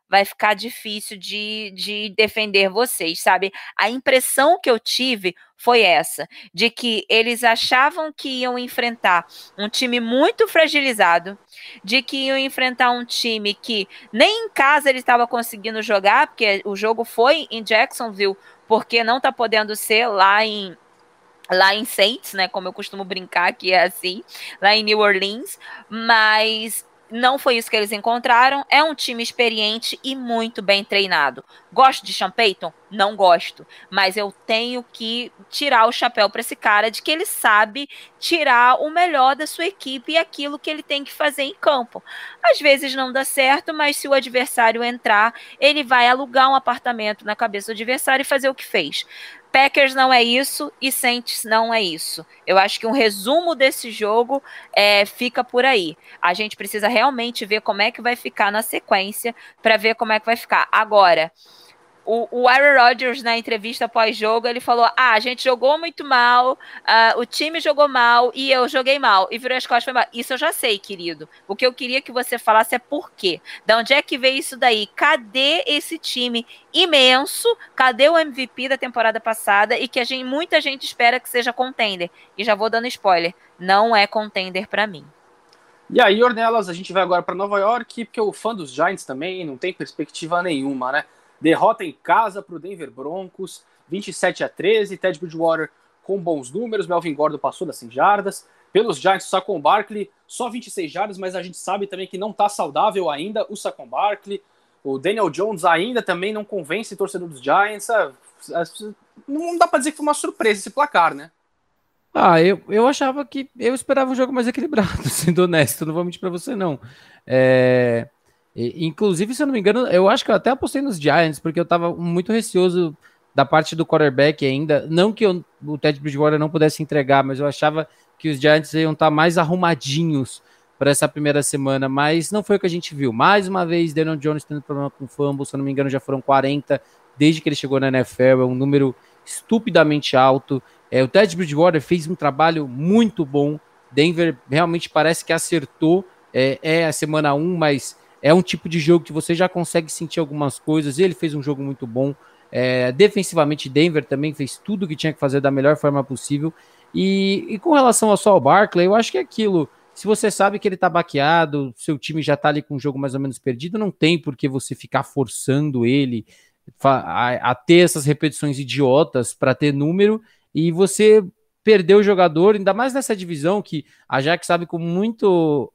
vai ficar difícil de defender vocês, sabe? A impressão que eu tive foi essa, de que eles achavam que iam enfrentar um time muito fragilizado, de que iam enfrentar um time que nem em casa ele estava conseguindo jogar, porque o jogo foi em Jacksonville, porque não está podendo ser lá em Saints, né, como eu costumo brincar, que é assim, lá em New Orleans, mas não foi isso que eles encontraram. É um time experiente e muito bem treinado. Gosto de Sean Payton? Não gosto, mas eu tenho que tirar o chapéu para esse cara de que ele sabe tirar o melhor da sua equipe e aquilo que ele tem que fazer em campo. Às vezes não dá certo, mas se o adversário entrar, ele vai alugar um apartamento na cabeça do adversário e fazer o que fez. Packers não é isso e Saints não é isso. Eu acho que um resumo desse jogo fica por aí. A gente precisa realmente ver como é que vai ficar na sequência para ver como é que vai ficar. Agora, o Aaron Rodgers, na entrevista pós-jogo, ele falou, a gente jogou muito mal, o time jogou mal e eu joguei mal. E virou as costas e foi mal. Isso eu já sei, querido. O que eu queria que você falasse é por quê. De onde é que veio isso daí? Cadê esse time imenso? Cadê o MVP da temporada passada? E que muita gente espera que seja contender. E já vou dando spoiler. Não é contender pra mim. E aí, Ornelas, a gente vai agora para Nova York, porque o fã dos Giants também não tem perspectiva nenhuma, né? Derrota em casa para o Denver Broncos, 27-13, Ted Bridgewater com bons números, Melvin Gordon passou das 100 jardas. Pelos Giants, o Saquon Barkley só 26 jardas, mas a gente sabe também que não está saudável ainda o Saquon Barkley. O Daniel Jones ainda também não convence o torcedor dos Giants. Não dá para dizer que foi uma surpresa esse placar, né? Eu achava que... Eu esperava um jogo mais equilibrado, sendo honesto, não vou mentir para você, não. Inclusive, se eu não me engano, eu acho que eu até apostei nos Giants, porque eu tava muito receoso da parte do quarterback ainda. Não que o Ted Bridgewater não pudesse entregar, mas eu achava que os Giants iam estar mais arrumadinhos para essa primeira semana, mas não foi o que a gente viu. Mais uma vez, Daniel Jones tendo problema com fumble, se eu não me engano, já foram 40 desde que ele chegou na NFL, é um número estupidamente alto. O Ted Bridgewater fez um trabalho muito bom. Denver realmente parece que acertou. É a semana 1, mas é um tipo de jogo que você já consegue sentir algumas coisas. Ele fez um jogo muito bom. Defensivamente, Denver também fez tudo o que tinha que fazer da melhor forma possível. E com relação ao Saquon Barkley, eu acho que é aquilo. Se você sabe que ele tá baqueado, seu time já tá ali com o jogo mais ou menos perdido, não tem por que você ficar forçando ele a ter essas repetições idiotas para ter número e você perder o jogador, ainda mais nessa divisão que a Jax sabe com muito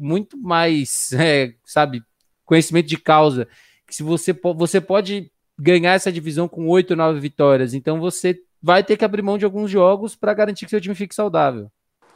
mais, conhecimento de causa, que se você pode ganhar essa divisão com 8, 9 vitórias, então você vai ter que abrir mão de alguns jogos para garantir que seu time fique saudável.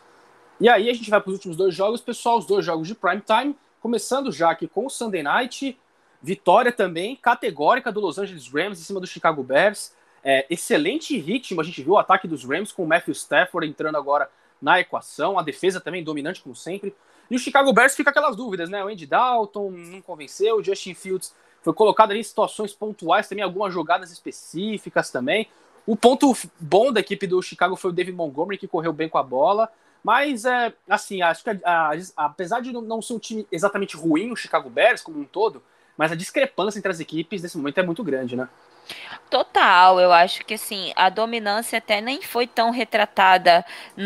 E aí a gente vai para os últimos 2 jogos, pessoal, os 2 jogos de prime time, começando já aqui com o Sunday Night, vitória também categórica do Los Angeles Rams em cima do Chicago Bears, excelente ritmo, a gente viu o ataque dos Rams com o Matthew Stafford entrando agora na equação, a defesa também dominante como sempre, e o Chicago Bears fica aquelas dúvidas, né, o Andy Dalton não convenceu, o Justin Fields foi colocado ali em situações pontuais também, algumas jogadas específicas também. O ponto bom da equipe do Chicago foi o David Montgomery, que correu bem com a bola, mas assim, acho que apesar de não ser um time exatamente ruim, o Chicago Bears como um todo, mas a discrepância entre as equipes nesse momento é muito grande, né? Total, eu acho que assim, a dominância até nem foi tão retratada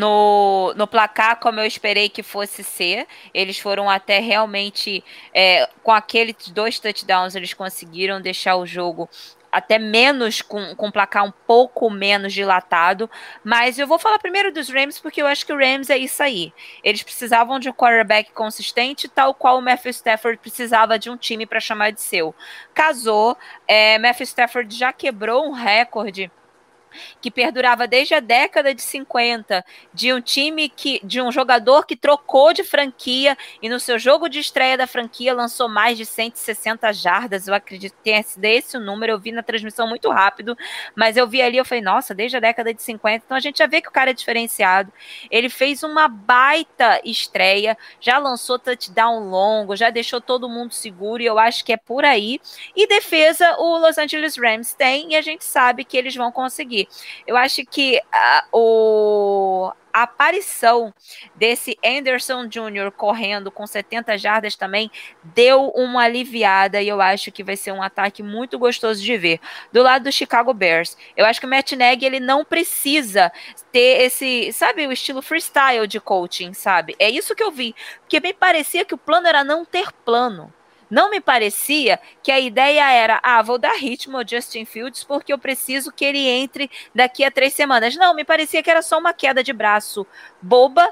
no placar como eu esperei que fosse ser. Eles foram até realmente, com aqueles 2 touchdowns, eles conseguiram deixar o jogo até menos, com um placar um pouco menos dilatado, mas eu vou falar primeiro dos Rams, porque eu acho que o Rams é isso aí. Eles precisavam de um quarterback consistente, tal qual o Matthew Stafford precisava de um time para chamar de seu. Casou, Matthew Stafford já quebrou um recorde que perdurava desde a década de 50, de um time de um jogador que trocou de franquia e no seu jogo de estreia da franquia lançou mais de 160 jardas, eu acredito que tenha sido esse o número, eu vi na transmissão muito rápido, mas eu vi ali, eu falei, nossa, desde a década de 50, então a gente já vê que o cara é diferenciado, ele fez uma baita estreia, já lançou touchdown longo, já deixou todo mundo seguro e eu acho que é por aí, e defesa o Los Angeles Rams tem e a gente sabe que eles vão conseguir. que a aparição desse Anderson Jr. correndo com 70 jardas também deu uma aliviada e eu acho que vai ser um ataque muito gostoso de ver. Do lado do Chicago Bears, eu acho que o Matt Nagy, ele não precisa ter esse, sabe, o estilo freestyle de coaching, sabe? É isso que eu vi, porque me parecia que o plano era não ter plano. Não me parecia que a ideia era, vou dar ritmo ao Justin Fields porque eu preciso que ele entre daqui a 3 semanas. Não, me parecia que era só uma queda de braço boba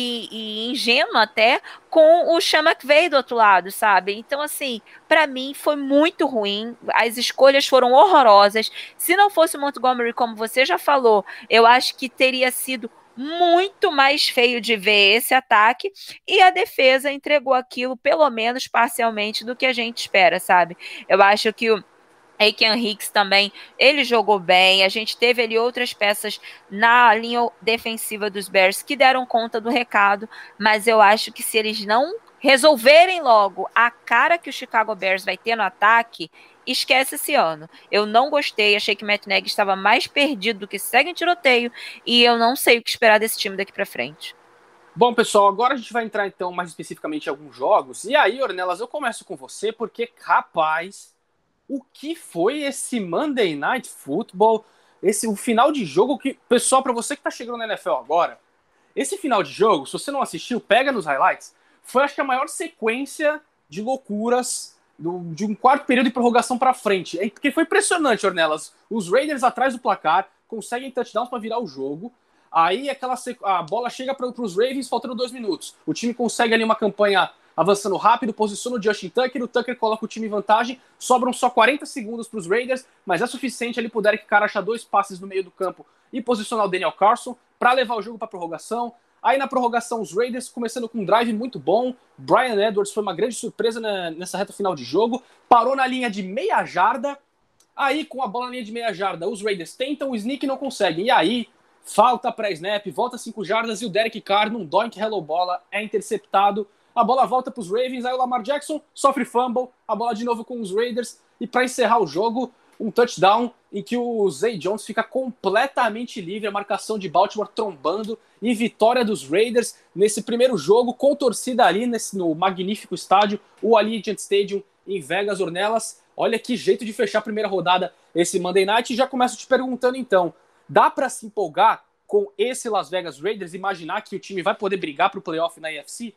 e ingênua até, com o Sean McVay do outro lado, sabe? Então, assim, para mim foi muito ruim, as escolhas foram horrorosas. Se não fosse o Montgomery, como você já falou, eu acho que teria sido muito mais feio de ver esse ataque, e a defesa entregou aquilo, pelo menos parcialmente, do que a gente espera, sabe? Eu acho que o Aiken Hicks também, ele jogou bem, a gente teve ali outras peças na linha defensiva dos Bears que deram conta do recado, mas eu acho que se eles não resolverem logo a cara que o Chicago Bears vai ter no ataque, esquece esse ano. Eu não gostei, achei que o Matt Nagy estava mais perdido do que segue em tiroteio, e eu não sei o que esperar desse time daqui para frente. Bom, pessoal, agora a gente vai entrar então mais especificamente em alguns jogos, e aí, Ornelas, eu começo com você, porque, rapaz, o que foi esse Monday Night Football, o final de jogo que, pessoal, para você que tá chegando na NFL agora, esse final de jogo, se você não assistiu, pega nos highlights, foi acho que a maior sequência de loucuras de um quarto período de prorrogação para frente. Porque foi impressionante, Ornelas. Os Raiders atrás do placar conseguem touchdowns para virar o jogo. Aí a bola chega para os Ravens faltando 2 minutos. O time consegue ali uma campanha avançando rápido, posiciona o Justin Tucker, o Tucker coloca o time em vantagem, sobram só 40 segundos para os Raiders, mas é suficiente ali pro Derek Carr achar 2 passes no meio do campo e posicionar o Daniel Carlson para levar o jogo para prorrogação. Aí na prorrogação os Raiders começando com um drive muito bom, Bryan Edwards foi uma grande surpresa nessa reta final de jogo, parou na linha de meia jarda, aí com a bola na linha de meia jarda os Raiders tentam, o sneak não conseguem, e aí falta pré-snap, volta 5 jardas e o Derek Carr num doink hello bola é interceptado, a bola volta para os Ravens, aí o Lamar Jackson sofre fumble, a bola de novo com os Raiders, e para encerrar o jogo, um touchdown em que o Zay Jones fica completamente livre, a marcação de Baltimore trombando, e vitória dos Raiders nesse primeiro jogo, com torcida ali no magnífico estádio, o Allegiant Stadium em Vegas, Ornelas. Olha que jeito de fechar a primeira rodada esse Monday Night, e já começo te perguntando então, dá para se empolgar com esse Las Vegas Raiders, imaginar que o time vai poder brigar para o playoff na AFC?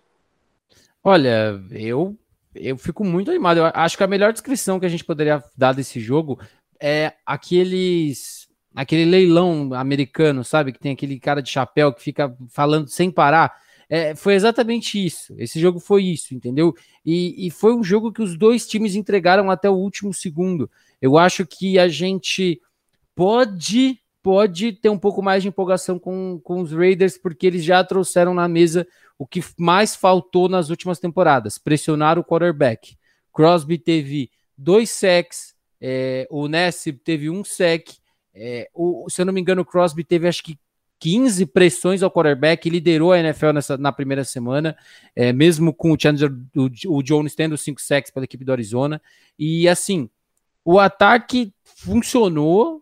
Olha, eu fico muito animado. Eu acho que a melhor descrição que a gente poderia dar desse jogo é aquele leilão americano, sabe? Que tem aquele cara de chapéu que fica falando sem parar. Foi exatamente isso. Esse jogo foi isso, entendeu? E foi um jogo que os dois times entregaram até o último segundo. Eu acho que a gente pode ter um pouco mais de empolgação com os Raiders, porque eles já trouxeram na mesa o que mais faltou nas últimas temporadas, pressionar o quarterback. Crosby teve 2 sacks, o Nassib teve 1 sack, se eu não me engano o Crosby teve acho que 15 pressões ao quarterback, liderou a NFL na primeira semana, mesmo com o Chandler, o Jones tendo 5 sacks pela equipe do Arizona, e assim, o ataque funcionou,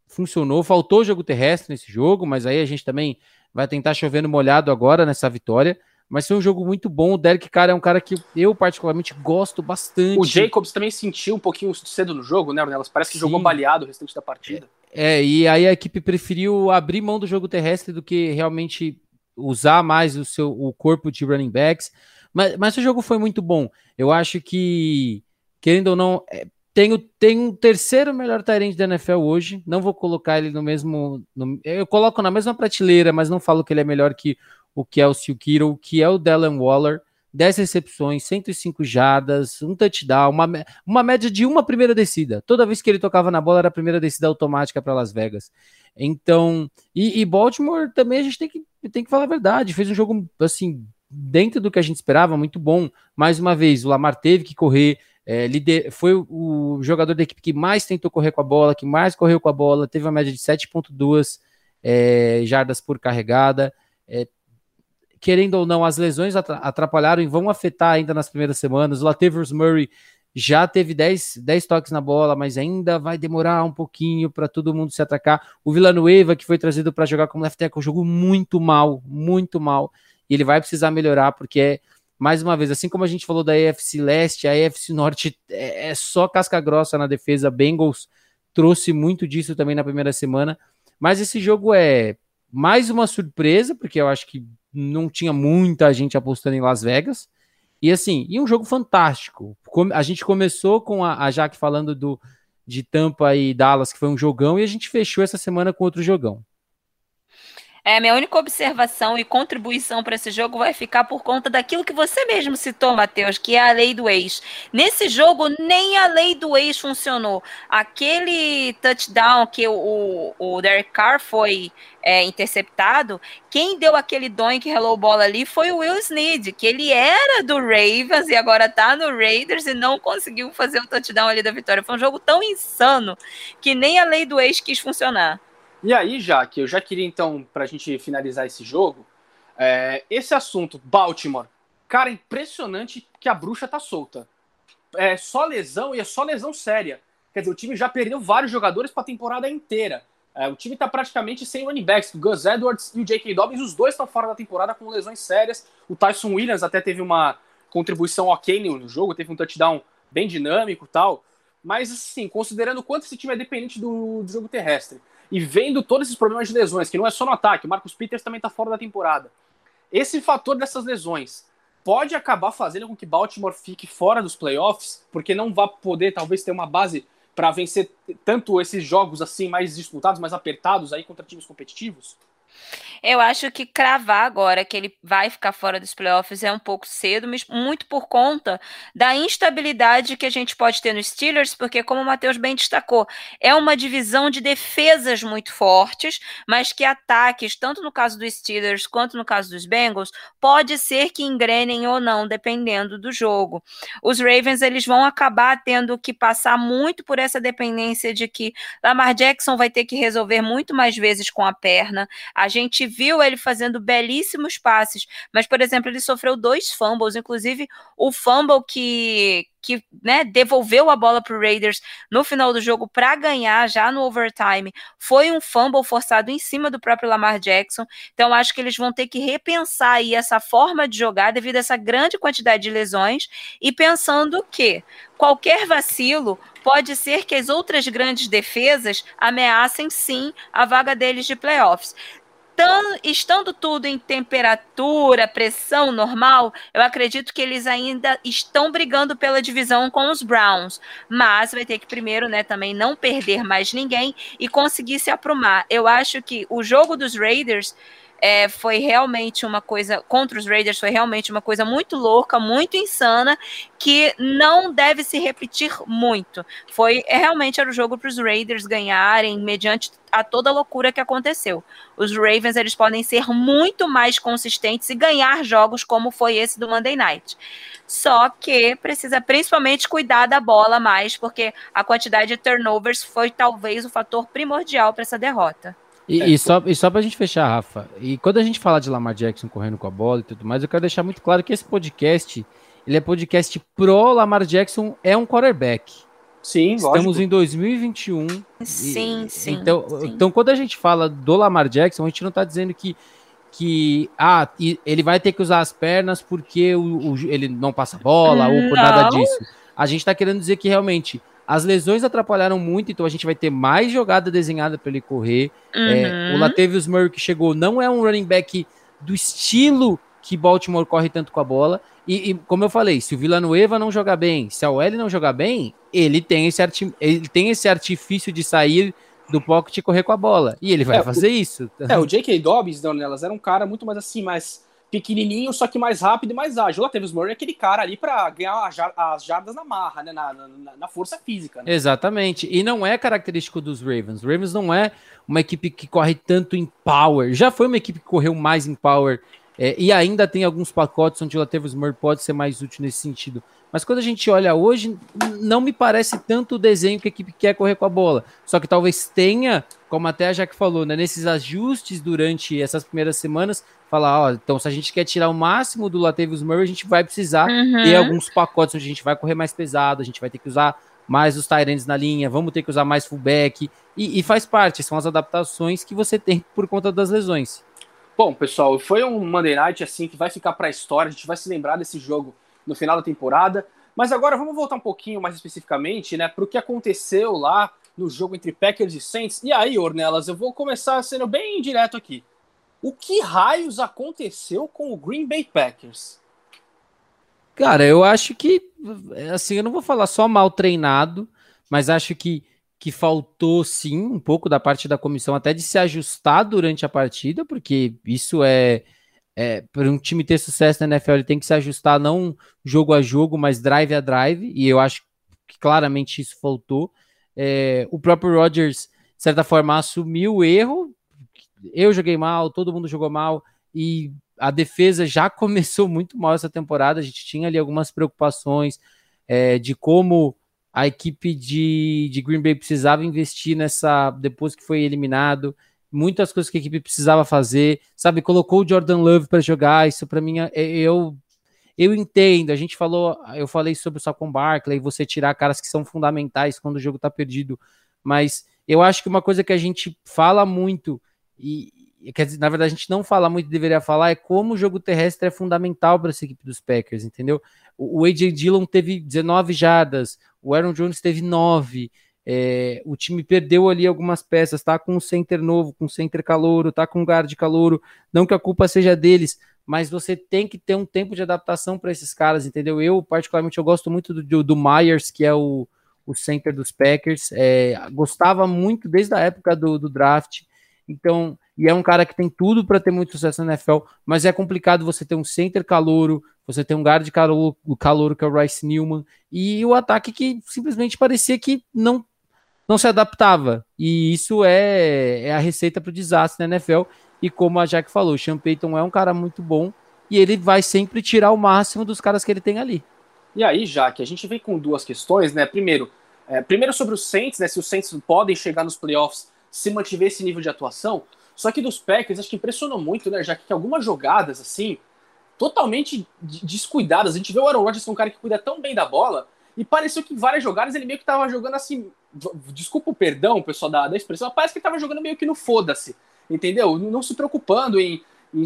faltou jogo terrestre nesse jogo, mas aí a gente também vai tentar chover no molhado agora nessa vitória, mas foi um jogo muito bom. O Derek Carr é um cara que eu particularmente gosto bastante. O Jacobs também sentiu um pouquinho cedo no jogo, né, Ornelas? Parece que jogou baleado o restante da partida. E aí a equipe preferiu abrir mão do jogo terrestre do que realmente usar mais o corpo de running backs, mas o jogo foi muito bom. Eu acho que, querendo ou não, tem um terceiro melhor tight end da NFL hoje, não vou colocar ele no mesmo... eu coloco na mesma prateleira, mas não falo que ele é melhor que o Kelsey Kittle, que é o Darren Waller, 10 recepções, 105 jardas, um touchdown, uma média de uma primeira descida. Toda vez que ele tocava na bola era a primeira descida automática para Las Vegas. Então, e Baltimore também a gente tem que falar a verdade, fez um jogo assim, dentro do que a gente esperava, muito bom. Mais uma vez, o Lamar teve que correr, foi o jogador da equipe que mais tentou correr com a bola, que mais correu com a bola, teve uma média de 7,2 jardas por carregada. Querendo ou não, as lesões atrapalharam e vão afetar ainda nas primeiras semanas. O Latavius Murray já teve 10 toques na bola, mas ainda vai demorar um pouquinho para todo mundo se atacar. O Villanueva, que foi trazido para jogar como left tackle, jogou muito mal, e ele vai precisar melhorar, porque mais uma vez, assim como a gente falou da AFC Leste, a AFC Norte é só casca grossa na defesa. Bengals trouxe muito disso também na primeira semana, mas esse jogo é mais uma surpresa, porque eu acho que não tinha muita gente apostando em Las Vegas, e assim, um jogo fantástico. A gente começou com a Jaque falando de Tampa e Dallas, que foi um jogão, e a gente fechou essa semana com outro jogão. Minha única observação e contribuição para esse jogo vai ficar por conta daquilo que você mesmo citou, Matheus, que é a lei do ex. Nesse jogo, nem a lei do ex funcionou. Aquele touchdown que o Derek Carr foi interceptado, quem deu aquele doink hello bola ali foi o Will Snead, que ele era do Ravens e agora tá no Raiders e não conseguiu fazer o touchdown ali da vitória. Foi um jogo tão insano que nem a lei do ex quis funcionar. E aí, Jaque, eu já queria então, pra gente finalizar esse jogo, esse assunto, Baltimore, cara, impressionante que a bruxa tá solta. É só lesão e é só lesão séria. Quer dizer, o time já perdeu vários jogadores pra temporada inteira. O time tá praticamente sem running backs. O Gus Edwards e o J.K. Dobbins, os dois estão fora da temporada com lesões sérias. O Tyson Williams até teve uma contribuição ok no jogo, teve um touchdown bem dinâmico e tal. Mas, assim, considerando o quanto esse time é dependente do jogo terrestre, e vendo todos esses problemas de lesões, que não é só no ataque, o Marcus Peters também está fora da temporada. Esse fator dessas lesões pode acabar fazendo com que Baltimore fique fora dos playoffs, porque não vai poder, talvez, ter uma base para vencer tanto esses jogos assim mais disputados, mais apertados aí contra times competitivos? Eu acho que cravar agora que ele vai ficar fora dos playoffs é um pouco cedo, mas muito por conta da instabilidade que a gente pode ter nos Steelers, porque, como o Matheus bem destacou, é uma divisão de defesas muito fortes, mas que ataques, tanto no caso dos Steelers quanto no caso dos Bengals, pode ser que engrenem ou não, dependendo do jogo. Os Ravens, eles vão acabar tendo que passar muito por essa dependência de que Lamar Jackson vai ter que resolver muito mais vezes com a perna. A gente viu ele fazendo belíssimos passes, mas, por exemplo, ele sofreu 2 fumbles, inclusive o fumble que devolveu a bola para o Raiders no final do jogo para ganhar já no overtime, foi um fumble forçado em cima do próprio Lamar Jackson. Então acho que eles vão ter que repensar aí essa forma de jogar devido a essa grande quantidade de lesões e pensando que qualquer vacilo pode ser que as outras grandes defesas ameacem sim a vaga deles de playoffs. Estando tudo em temperatura, pressão normal, eu acredito que eles ainda estão brigando pela divisão com os Browns, mas vai ter que primeiro, também não perder mais ninguém e conseguir se aprumar. Eu acho que o jogo dos Raiders foi realmente uma coisa, contra os Raiders foi realmente uma coisa muito louca, muito insana, que não deve se repetir muito. Realmente era o jogo para os Raiders ganharem mediante a toda a loucura que aconteceu. Os Ravens, eles podem ser muito mais consistentes e ganhar jogos como foi esse do Monday Night. Só que precisa principalmente cuidar da bola mais, porque a quantidade de turnovers foi talvez o fator primordial para essa derrota. E só pra gente fechar, Rafa, e quando a gente fala de Lamar Jackson correndo com a bola e tudo mais, eu quero deixar muito claro que esse podcast, ele é podcast pro Lamar Jackson, é um quarterback. Sim, Estamos lógico. em 2021. Sim. Então, quando a gente fala do Lamar Jackson, a gente não tá dizendo que ele vai ter que usar as pernas porque ele não passa bola ou por nada disso. A gente tá querendo dizer que realmente as lesões atrapalharam muito, então a gente vai ter mais jogada desenhada para ele correr. O Latavius Murray que chegou não é um running back do estilo que Baltimore corre tanto com a bola. E como eu falei, se o Villanueva não jogar bem, se a OL não jogar bem, ele tem esse artifício de sair do pocket e correr com a bola. E ele vai fazer isso. O J.K. Dobbins, Dornelas, era um cara muito mais assim, mais pequenininho, só que mais rápido e mais ágil. O Latavius Murray é aquele cara ali pra ganhar as jardas na marra, né? Na força física. Né? Exatamente. E não é característico dos Ravens. Os Ravens não é uma equipe que corre tanto em power. Já foi uma equipe que correu mais em power E ainda tem alguns pacotes onde o Latavius Murray pode ser mais útil nesse sentido. Mas quando a gente olha hoje, não me parece tanto o desenho que a equipe quer correr com a bola. Só que talvez tenha, como até a Jaque falou, né, nesses ajustes durante essas primeiras semanas, falar, ó, então se a gente quer tirar o máximo do Latavius Murray, a gente vai precisar ter alguns pacotes onde a gente vai correr mais pesado, a gente vai ter que usar mais os tight ends na linha, vamos ter que usar mais fullback, e faz parte, são as adaptações que você tem por conta das lesões. Bom, pessoal, foi um Monday Night assim que vai ficar para a história, a gente vai se lembrar desse jogo no final da temporada, mas agora vamos voltar um pouquinho mais especificamente, né, para o que aconteceu lá no jogo entre Packers e Saints. E aí, Ornelas, eu vou começar sendo bem direto aqui. O que raios aconteceu com o Green Bay Packers? Cara, eu acho que, assim, eu não vou falar só mal treinado, mas acho que faltou, sim, um pouco da parte da comissão até de se ajustar durante a partida, porque isso para um time ter sucesso na NFL, ele tem que se ajustar não jogo a jogo, mas drive a drive, e eu acho que claramente isso faltou. O próprio Rodgers, de certa forma, assumiu o erro, eu joguei mal, todo mundo jogou mal, e a defesa já começou muito mal essa temporada, a gente tinha ali algumas preocupações de como a equipe de Green Bay precisava investir depois que foi eliminado, muitas coisas que a equipe precisava fazer, sabe, colocou o Jordan Love para jogar, isso para mim, eu entendo, eu falei sobre o Saquon Barkley, você tirar caras que são fundamentais quando o jogo tá perdido, mas eu acho que uma coisa que a gente fala muito, quer dizer, na verdade a gente não fala muito, deveria falar, é como o jogo terrestre é fundamental para essa equipe dos Packers, entendeu? O A.J. Dillon teve 19 jardas, o Aaron Jones teve 9, o time perdeu ali algumas peças, tá com um center novo, com um center calouro, tá com um guard calouro, não que a culpa seja deles, mas você tem que ter um tempo de adaptação para esses caras, entendeu? Eu, particularmente, eu gosto muito do Myers, que é o center dos Packers, gostava muito desde a época do draft, então, e é um cara que tem tudo para ter muito sucesso na NFL, mas é complicado você ter um center calouro, você ter um guard calouro que é o Rice Newman, e o ataque que simplesmente parecia que não se adaptava, e isso é a receita para o desastre na NFL, e como a Jaque falou, o Sean Payton é um cara muito bom, e ele vai sempre tirar o máximo dos caras que ele tem ali. E aí, Jaque, a gente vem com duas questões, né? Primeiro sobre os Saints, né? Se os Saints podem chegar nos playoffs se mantiver esse nível de atuação. Só que dos Packers, acho que impressionou muito, né, já que algumas jogadas, assim, totalmente descuidadas. A gente vê o Aaron Rodgers, um cara que cuida tão bem da bola, e pareceu que em várias jogadas ele meio que tava jogando assim, desculpa o perdão, pessoal da expressão, mas parece que ele tava jogando meio que no foda-se, entendeu? Não se preocupando em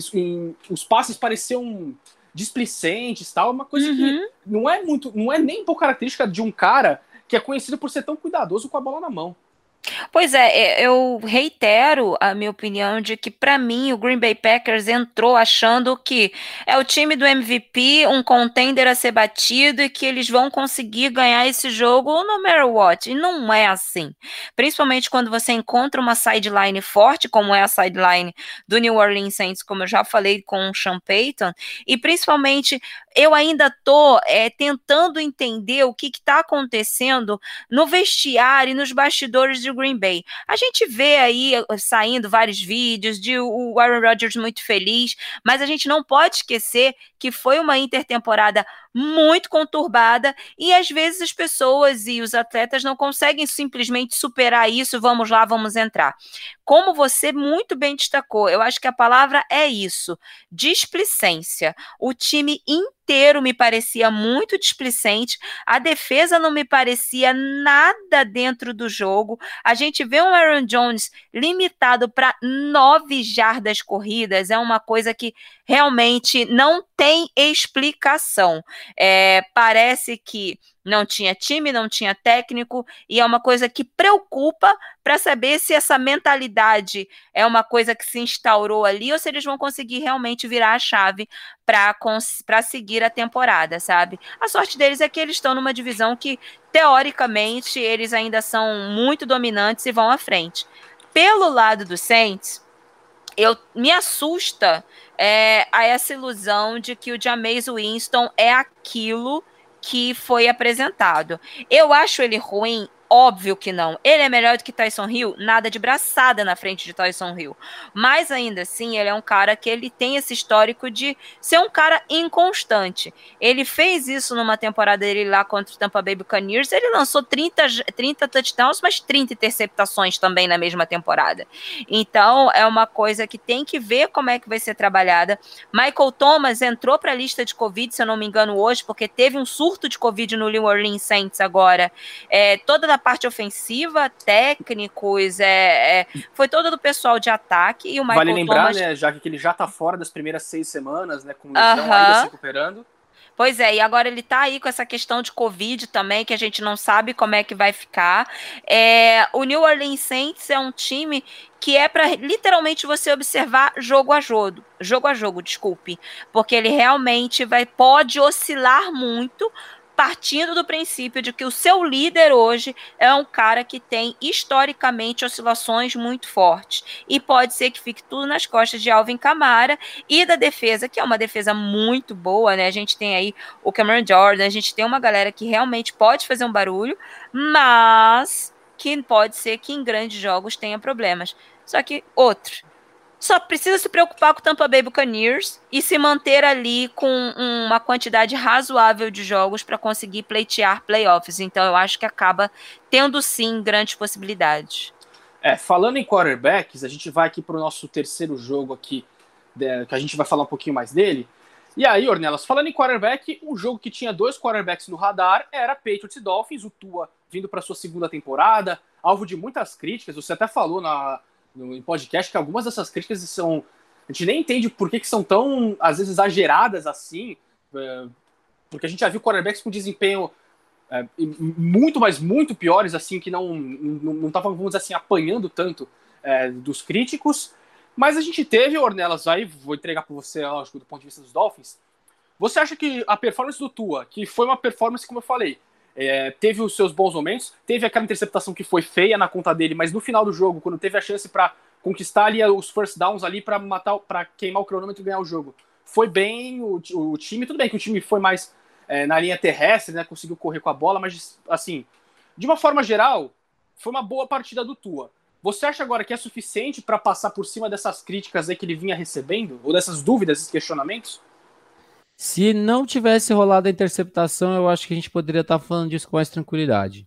os passes pareciam displicentes, tal, uma coisa que não é nem um pouco característica de um cara que é conhecido por ser tão cuidadoso com a bola na mão. Pois é, eu reitero a minha opinião de que, para mim, o Green Bay Packers entrou achando que é o time do MVP, um contender a ser batido e que eles vão conseguir ganhar esse jogo no matter what. E não é assim. Principalmente quando você encontra uma sideline forte, como é a sideline do New Orleans Saints, como eu já falei com o Sean Payton, e principalmente eu ainda estou tentando entender o que está acontecendo no vestiário e nos bastidores de Green Bay. A gente vê aí saindo vários vídeos de o Aaron Rodgers muito feliz, mas a gente não pode esquecer que foi uma intertemporada muito conturbada e às vezes as pessoas e os atletas não conseguem simplesmente superar isso, vamos lá, vamos entrar. Como você muito bem destacou, eu acho que a palavra é isso, displicência. O time inteiro me parecia muito displicente, a defesa não me parecia nada dentro do jogo, a gente vê um Aaron Jones limitado para 9 jardas corridas, é uma coisa que realmente não tem explicação. Parece que não tinha time, não tinha técnico, e é uma coisa que preocupa para saber se essa mentalidade é uma coisa que se instaurou ali ou se eles vão conseguir realmente virar a chave para seguir a temporada, sabe? A sorte deles é que eles estão numa divisão que, teoricamente, eles ainda são muito dominantes e vão à frente. Pelo lado do Saints, me assusta a essa ilusão de que o Jameis Winston é aquilo que foi apresentado. Eu acho ele ruim? Óbvio que não. Ele é melhor do que Tyson Hill? Nada de braçada na frente de Tyson Hill. Mas ainda assim, ele é um cara que ele tem esse histórico de ser um cara inconstante. Ele fez isso numa temporada dele lá contra o Tampa Bay Buccaneers. Ele lançou 30 touchdowns, mas 30 interceptações também na mesma temporada. Então, é uma coisa que tem que ver como é que vai ser trabalhada. Michael Thomas entrou para a lista de Covid, se eu não me engano, hoje, porque teve um surto de Covid no New Orleans Saints agora. Toda a parte ofensiva, técnicos, foi toda do pessoal de ataque e o Michael Vale lembrar, Thomas... né, já que ele já tá fora das primeiras 6 semanas, né, com lesão ainda se recuperando. Pois é, e agora ele tá aí com essa questão de Covid também, que a gente não sabe como é que vai ficar. O New Orleans Saints é um time que é para literalmente você observar jogo a jogo, desculpe, porque ele realmente pode oscilar muito, partindo do princípio de que o seu líder hoje é um cara que tem historicamente oscilações muito fortes e pode ser que fique tudo nas costas de Alvin Kamara e da defesa, que é uma defesa muito boa, né? A gente tem aí o Cameron Jordan, a gente tem uma galera que realmente pode fazer um barulho, mas que pode ser que em grandes jogos tenha problemas. Só que só precisa se preocupar com o Tampa Bay Buccaneers e se manter ali com uma quantidade razoável de jogos para conseguir pleitear playoffs. Então, eu acho que acaba tendo, sim, grandes possibilidades. Falando em quarterbacks, a gente vai aqui para o nosso terceiro jogo aqui, que a gente vai falar um pouquinho mais dele. E aí, Ornelas, falando em quarterback, um jogo que tinha 2 quarterbacks no radar era Patriots e Dolphins, o Tua vindo para sua segunda temporada, alvo de muitas críticas. Você até falou no podcast que algumas dessas críticas são... A gente nem entende por que são tão, às vezes, exageradas assim, porque a gente já viu quarterbacks com desempenho muito, mas muito piores, assim, que não estavam, vamos dizer assim, apanhando tanto dos críticos. Mas a gente teve, Ornelas, aí vou entregar para você, lógico, do ponto de vista dos Dolphins. Você acha que a performance do Tua, que foi uma performance, como eu falei, teve os seus bons momentos, teve aquela interceptação que foi feia na conta dele, mas no final do jogo, quando teve a chance para conquistar ali os first downs ali para queimar o cronômetro e ganhar o jogo, foi bem o time, tudo bem que o time foi mais na linha terrestre, né, conseguiu correr com a bola, mas assim, de uma forma geral, foi uma boa partida do Tua. Você acha agora que é suficiente para passar por cima dessas críticas aí que ele vinha recebendo, ou dessas dúvidas, esses questionamentos? Se não tivesse rolado a interceptação, eu acho que a gente poderia estar falando disso com mais tranquilidade.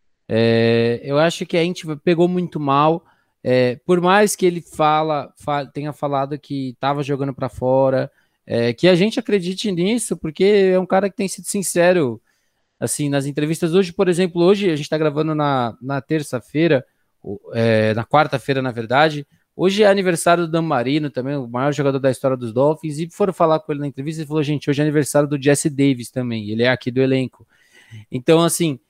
Eu acho que a gente pegou muito mal, por mais que ele tenha falado que estava jogando para fora, que a gente acredite nisso, porque é um cara que tem sido sincero, assim, nas entrevistas. Hoje, por exemplo, a gente está gravando na terça-feira, na quarta-feira, na verdade. Hoje é aniversário do Dan Marino, também o maior jogador da história dos Dolphins, e foram falar com ele na entrevista e falou, gente, hoje é aniversário do Jesse Davis também, ele é aqui do elenco. Então, assim,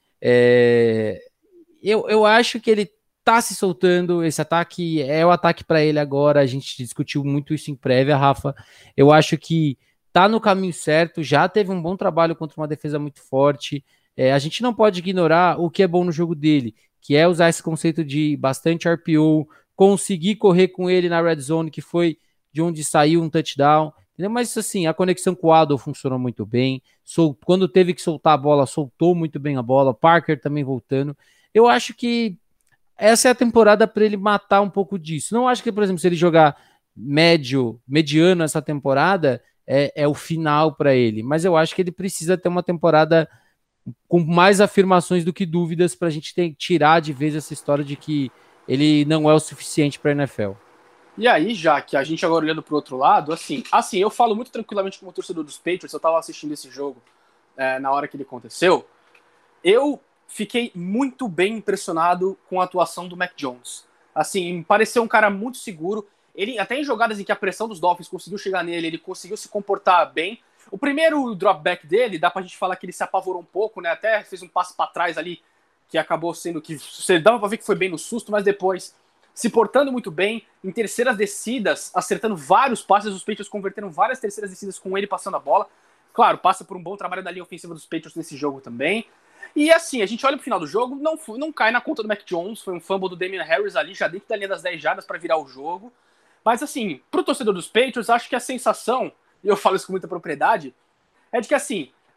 eu acho que ele tá se soltando, esse ataque é o ataque para ele agora, a gente discutiu muito isso em prévia, Rafa. Eu acho que tá no caminho certo, já teve um bom trabalho contra uma defesa muito forte. A gente não pode ignorar o que é bom no jogo dele, que é usar esse conceito de bastante RPO, conseguir correr com ele na red zone, que foi de onde saiu um touchdown, entendeu? Mas assim, a conexão com o Waddle funcionou muito bem, quando teve que soltar a bola, soltou muito bem a bola, Parker também voltando. Eu acho que essa é a temporada para ele matar um pouco disso. Não acho que, por exemplo, se ele jogar mediano essa temporada, é o final para ele, mas eu acho que ele precisa ter uma temporada com mais afirmações do que dúvidas para a gente tirar de vez essa história de que ele não é o suficiente para a NFL. E aí, já que a gente agora olhando para o outro lado, assim, eu falo muito tranquilamente como torcedor dos Patriots, eu estava assistindo esse jogo na hora que ele aconteceu, eu fiquei muito bem impressionado com a atuação do Mac Jones. Assim, me pareceu um cara muito seguro, ele até em jogadas em que a pressão dos Dolphins conseguiu chegar nele, ele conseguiu se comportar bem. O primeiro dropback dele, dá pra gente falar que ele se apavorou um pouco, né, até fez um passe para trás ali, que acabou sendo que você dava pra ver que foi bem no susto, mas depois se portando muito bem, em terceiras descidas, acertando vários passes, os Patriots converteram várias terceiras descidas com ele passando a bola. Claro, passa por um bom trabalho da linha ofensiva dos Patriots nesse jogo também. E assim, a gente olha pro final do jogo, não cai na conta do Mac Jones, foi um fumble do Damian Harris ali, já dentro da linha das 10 jardas para virar o jogo. Mas assim, pro torcedor dos Patriots, acho que a sensação, e eu falo isso com muita propriedade, é de que assim,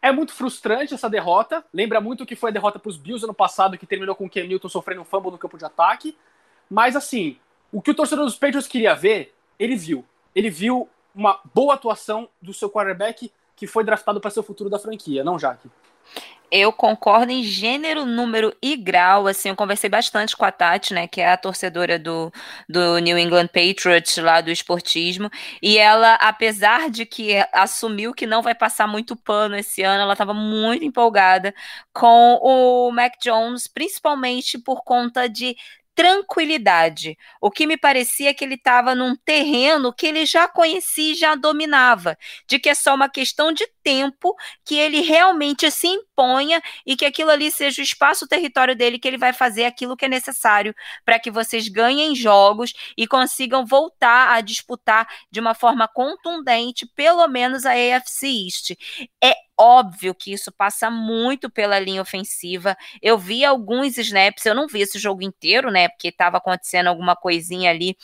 É muito frustrante essa derrota. Lembra muito o que foi a derrota para os Bills ano passado, que terminou com o Cam Newton sofrendo um fumble no campo de ataque. Mas, assim, o que o torcedor dos Patriots queria ver, ele viu. Ele viu uma boa atuação do seu quarterback que foi draftado para ser o futuro da franquia, não, Jaque? Eu concordo em gênero, número e grau, assim, eu conversei bastante com a Tati, né, que é a torcedora do New England Patriots, lá do esportismo, e ela, apesar de que assumiu que não vai passar muito pano esse ano, ela estava muito empolgada com o Mac Jones, principalmente por conta de tranquilidade. O que me parecia é que ele estava num terreno que ele já conhecia e já dominava, de que é só uma questão de tempo que ele realmente se imponha e que aquilo ali seja o espaço, o território dele, que ele vai fazer aquilo que é necessário para que vocês ganhem jogos e consigam voltar a disputar de uma forma contundente, pelo menos a AFC East. É óbvio que isso passa muito pela linha ofensiva. Eu vi alguns snaps, eu não vi esse jogo inteiro, né, porque estava acontecendo alguma coisinha ali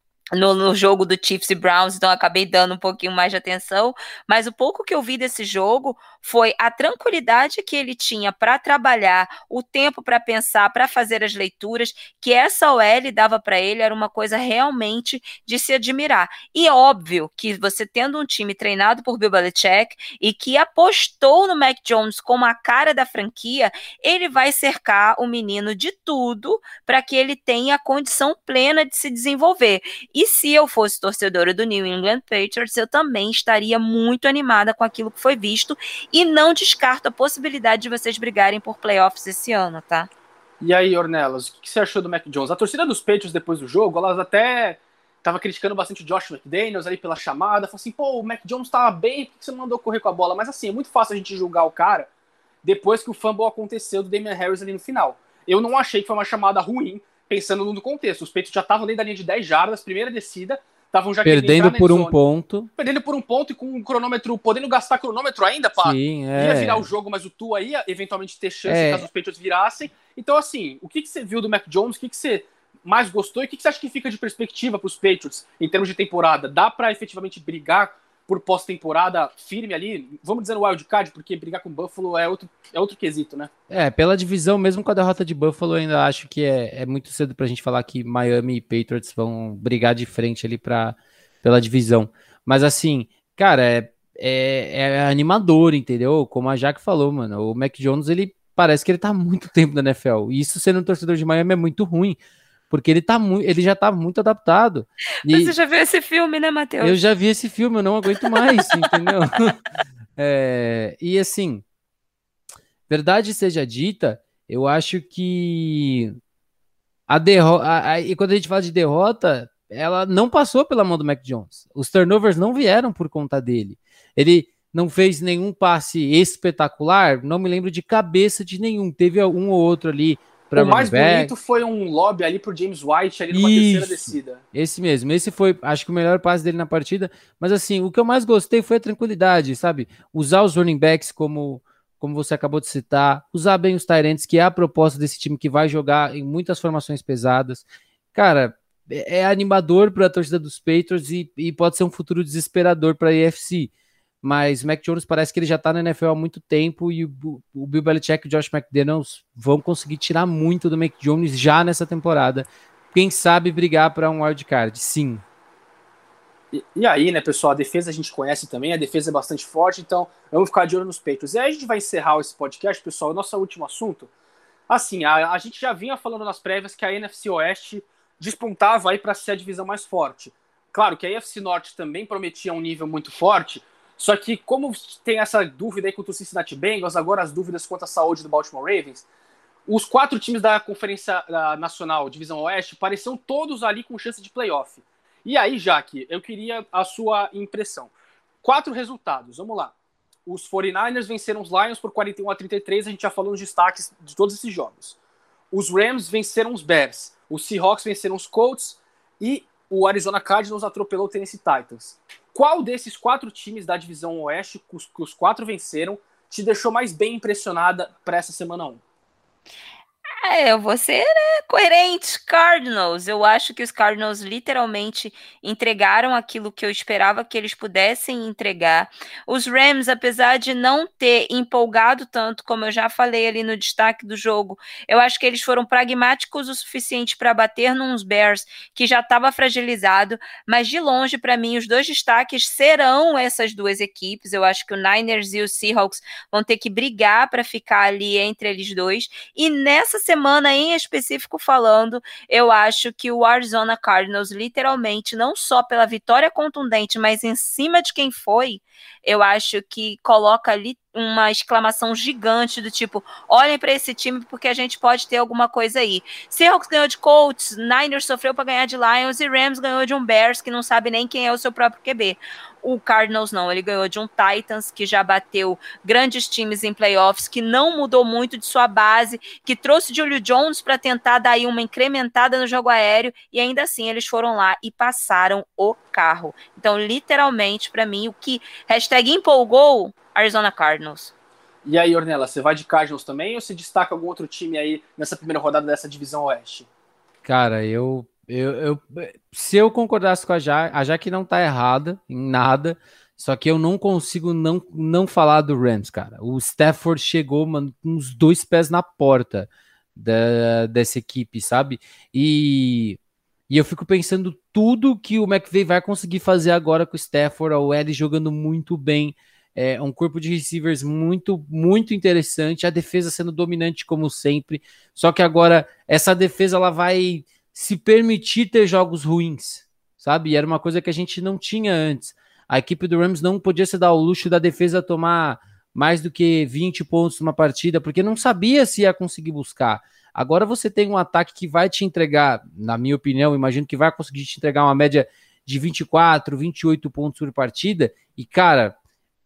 no jogo do Chiefs e Browns, então acabei dando um pouquinho mais de atenção, mas o pouco que eu vi desse jogo foi a tranquilidade que ele tinha para trabalhar, o tempo para pensar, para fazer as leituras, que essa OL dava para ele, era uma coisa realmente de se admirar. E óbvio que você tendo um time treinado por Bill Belichick e que apostou no Mac Jones como a cara da franquia, ele vai cercar o menino de tudo para que ele tenha a condição plena de se desenvolver. E se eu fosse torcedora do New England Patriots, eu também estaria muito animada com aquilo que foi visto e não descarto a possibilidade de vocês brigarem por playoffs esse ano, tá? E aí, Ornelas, o que você achou do Mac Jones? A torcida dos Patriots depois do jogo, elas até tava criticando bastante o Josh McDaniels ali pela chamada, falou assim, pô, o Mac Jones tava bem, por que você não mandou correr com a bola? Mas assim, é muito fácil a gente julgar o cara depois que o fumble aconteceu do Damian Harris ali no final. Eu não achei que foi uma chamada ruim, pensando no contexto. Os Patriots já estavam dentro da linha de 10 jardas, primeira descida, estavam já perdendo por um ponto. Perdendo por um ponto e com o cronômetro, podendo gastar cronômetro ainda, pá. Sim, ia virar o jogo, mas o Tua ia eventualmente ter chance caso os Patriots virassem. Então, assim, o que você viu do Mac Jones? O que você mais gostou? E o que você acha que fica de perspectiva para os Patriots em termos de temporada? Dá para efetivamente brigar por pós-temporada firme ali? Vamos dizer no wild card, porque brigar com o Buffalo é outro quesito, né? Pela divisão, mesmo com a derrota de Buffalo, eu ainda acho que é muito cedo pra gente falar que Miami e Patriots vão brigar de frente ali pela divisão. Mas assim, cara, é animador, entendeu? Como a Jaque falou, mano, o Mac Jones, ele parece que ele tá há muito tempo na NFL. E isso, sendo um torcedor de Miami, é muito ruim. Porque ele já tá muito adaptado. Você já viu esse filme, né, Matheus? Eu já vi esse filme, eu não aguento mais, entendeu? E assim, verdade seja dita, eu acho que e quando a gente fala de derrota, ela não passou pela mão do Mac Jones. Os turnovers não vieram por conta dele. Ele não fez nenhum passe espetacular, não me lembro de cabeça de nenhum. Teve um ou outro ali. O mais bonito foi um lobby ali pro James White ali numa terceira descida. Esse mesmo. Esse foi, acho que o melhor passe dele na partida. Mas assim, o que eu mais gostei foi a tranquilidade, sabe? Usar os running backs como você acabou de citar. Usar bem os tight ends, que é a proposta desse time que vai jogar em muitas formações pesadas. Cara, é animador para a torcida dos Patriots e pode ser um futuro desesperador para a AFC. Mas o Mac Jones parece que ele já tá na NFL há muito tempo e o Bill Belichick e o Josh McDaniels vão conseguir tirar muito do Mac Jones já nessa temporada. Quem sabe brigar para um wildcard, sim. E aí, né, pessoal, a defesa a gente conhece também, a defesa é bastante forte, então vamos ficar de olho nos Patriots. E aí a gente vai encerrar esse podcast, pessoal, o nosso último assunto. Assim, a gente já vinha falando nas prévias que a NFC Oeste despontava aí para ser a divisão mais forte. Claro que a NFC Norte também prometia um nível muito forte, só que como tem essa dúvida aí contra o Cincinnati Bengals, agora as dúvidas quanto à saúde do Baltimore Ravens, os 4 times da Conferência Nacional, Divisão Oeste, pareciam todos ali com chance de playoff. E aí, Jaque, eu queria a sua impressão. 4 resultados, vamos lá. Os 49ers venceram os Lions por 41-33, a gente já falou nos destaques de todos esses jogos. Os Rams venceram os Bears, os Seahawks venceram os Colts e o Arizona Cardinals atropelou o Tennessee Titans. Qual desses 4 times da divisão Oeste, que os 4 venceram, te deixou mais bem impressionada para essa semana 1? Eu vou ser, né, coerente. Cardinals. Eu acho que os Cardinals literalmente entregaram aquilo que eu esperava que eles pudessem entregar. Os Rams, apesar de não ter empolgado tanto, como eu já falei ali no destaque do jogo, eu acho que eles foram pragmáticos o suficiente para bater nos Bears, que já estava fragilizado, mas de longe, para mim, os dois destaques serão essas duas equipes. Eu acho que o Niners e o Seahawks vão ter que brigar para ficar ali entre eles dois. E nessa semana em específico falando, eu acho que o Arizona Cardinals, literalmente, não só pela vitória contundente, mas em cima de quem foi, eu acho que coloca ali uma exclamação gigante do tipo, olhem para esse time porque a gente pode ter alguma coisa aí. Seahawks ganhou de Colts, Niners sofreu para ganhar de Lions e Rams ganhou de um Bears que não sabe nem quem é o seu próprio QB. O Cardinals não, ele ganhou de um Titans que já bateu grandes times em playoffs, que não mudou muito de sua base, que trouxe Julio Jones para tentar dar aí uma incrementada no jogo aéreo, e ainda assim eles foram lá e passaram o carro. Então, literalmente, para mim, o que #empolgou, Arizona Cardinals. E aí, Ornella, você vai de Cardinals também ou você destaca algum outro time aí nessa primeira rodada dessa divisão oeste? Cara, se eu concordasse com a Jaque não tá errada em nada, só que eu não consigo não falar do Rams, cara. O Stafford chegou, mano, com os 2 pés na porta dessa equipe, sabe? E eu fico pensando tudo que o McVay vai conseguir fazer agora com o Stafford, a OL jogando muito bem, um corpo de receivers muito, muito interessante, a defesa sendo dominante como sempre, só que agora essa defesa ela vai se permitir ter jogos ruins, sabe? E era uma coisa que a gente não tinha antes. A equipe do Rams não podia se dar o luxo da defesa tomar mais do que 20 pontos numa partida, porque não sabia se ia conseguir buscar. Agora você tem um ataque que vai te entregar, na minha opinião, imagino que vai conseguir te entregar uma média de 24, 28 pontos por partida, e cara,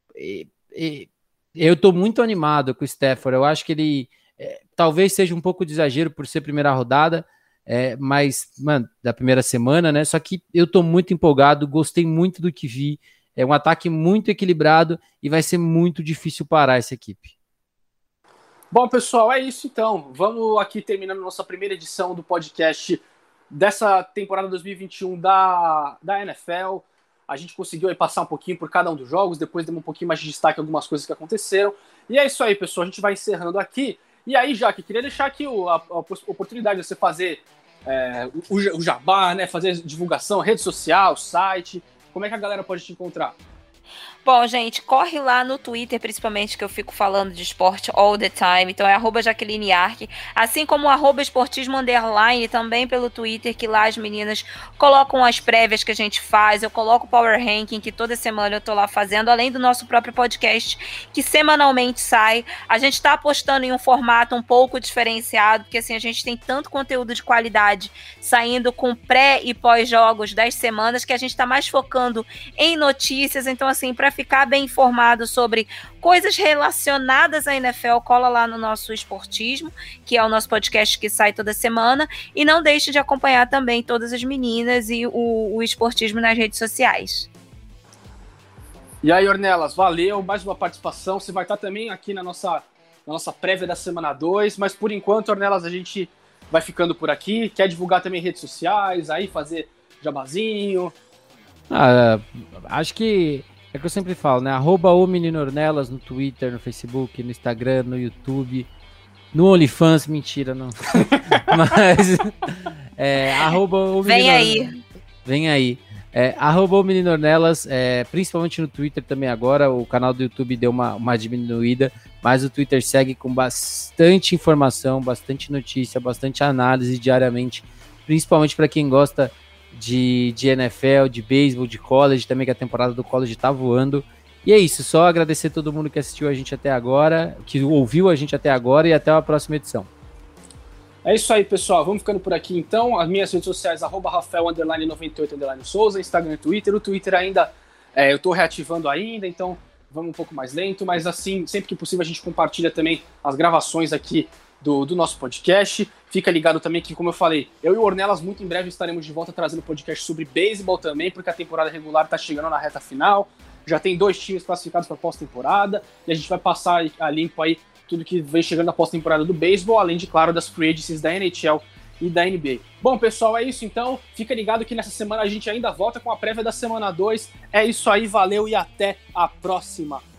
eu tô muito animado com o Stafford. Eu acho que ele talvez seja um pouco de exagero por ser primeira rodada, mas, mano, da primeira semana, né? Só que eu tô muito empolgado, gostei muito do que vi. É um ataque muito equilibrado e vai ser muito difícil parar essa equipe. Bom, pessoal, é isso então. Vamos aqui terminando nossa primeira edição do podcast dessa temporada 2021 da NFL. A gente conseguiu aí passar um pouquinho por cada um dos jogos, depois demos um pouquinho mais de destaque em algumas coisas que aconteceram. E é isso aí, pessoal. A gente vai encerrando aqui. E aí, Jaque, queria deixar aqui a oportunidade de você fazer o jabá, né? Fazer divulgação, rede social, site. Como é que a galera pode te encontrar? Bom, gente, corre lá no Twitter, principalmente, que eu fico falando de esporte all the time. Então é @JaquelineArque, assim como @esportismo_ também pelo Twitter, que lá as meninas colocam as prévias que a gente faz. Eu coloco o Power Ranking, que toda semana eu tô lá fazendo, além do nosso próprio podcast, que semanalmente sai. A gente tá apostando em um formato um pouco diferenciado, porque assim, a gente tem tanto conteúdo de qualidade saindo com pré e pós-jogos das semanas, que a gente tá mais focando em notícias. Então, assim, para ficar bem informado sobre coisas relacionadas à NFL, cola lá no nosso Esportismo, que é o nosso podcast que sai toda semana, e não deixe de acompanhar também todas as meninas e o Esportismo nas redes sociais. E aí, Ornelas, valeu, mais uma participação. Você vai estar também aqui na nossa prévia da semana 2, mas por enquanto, Ornelas, a gente vai ficando por aqui. Quer divulgar também redes sociais, aí fazer jabazinho? Acho que é que eu sempre falo, né? @OMeninoOrnelas no Twitter, no Facebook, no Instagram, no YouTube, no OnlyFans, mentira, não. Mas Vem aí. Vem aí. @OMeninoOrnelas, principalmente no Twitter também agora. O canal do YouTube deu uma diminuída, mas o Twitter segue com bastante informação, bastante notícia, bastante análise diariamente, principalmente para quem gosta de NFL, de beisebol, de college também, que a temporada do college tá voando. E é isso, só agradecer a todo mundo que assistiu a gente até agora, que ouviu a gente até agora, e até a próxima edição. É isso aí, pessoal. Vamos ficando por aqui, então. As minhas redes sociais, @Rafael_98_Souza, Instagram e Twitter. O Twitter ainda, eu tô reativando ainda, então vamos um pouco mais lento, mas assim, sempre que possível a gente compartilha também as gravações aqui do nosso podcast. Fica ligado também que, como eu falei, eu e o Ornelas muito em breve estaremos de volta trazendo podcast sobre beisebol também, porque a temporada regular está chegando na reta final. Já tem 2 times classificados para pós-temporada e a gente vai passar a limpo aí tudo que vem chegando na pós-temporada do beisebol, além de, claro, das free agencies da NHL e da NBA. Bom, pessoal, é isso então. Fica ligado que nessa semana a gente ainda volta com a prévia da semana 2. É isso aí, valeu e até a próxima.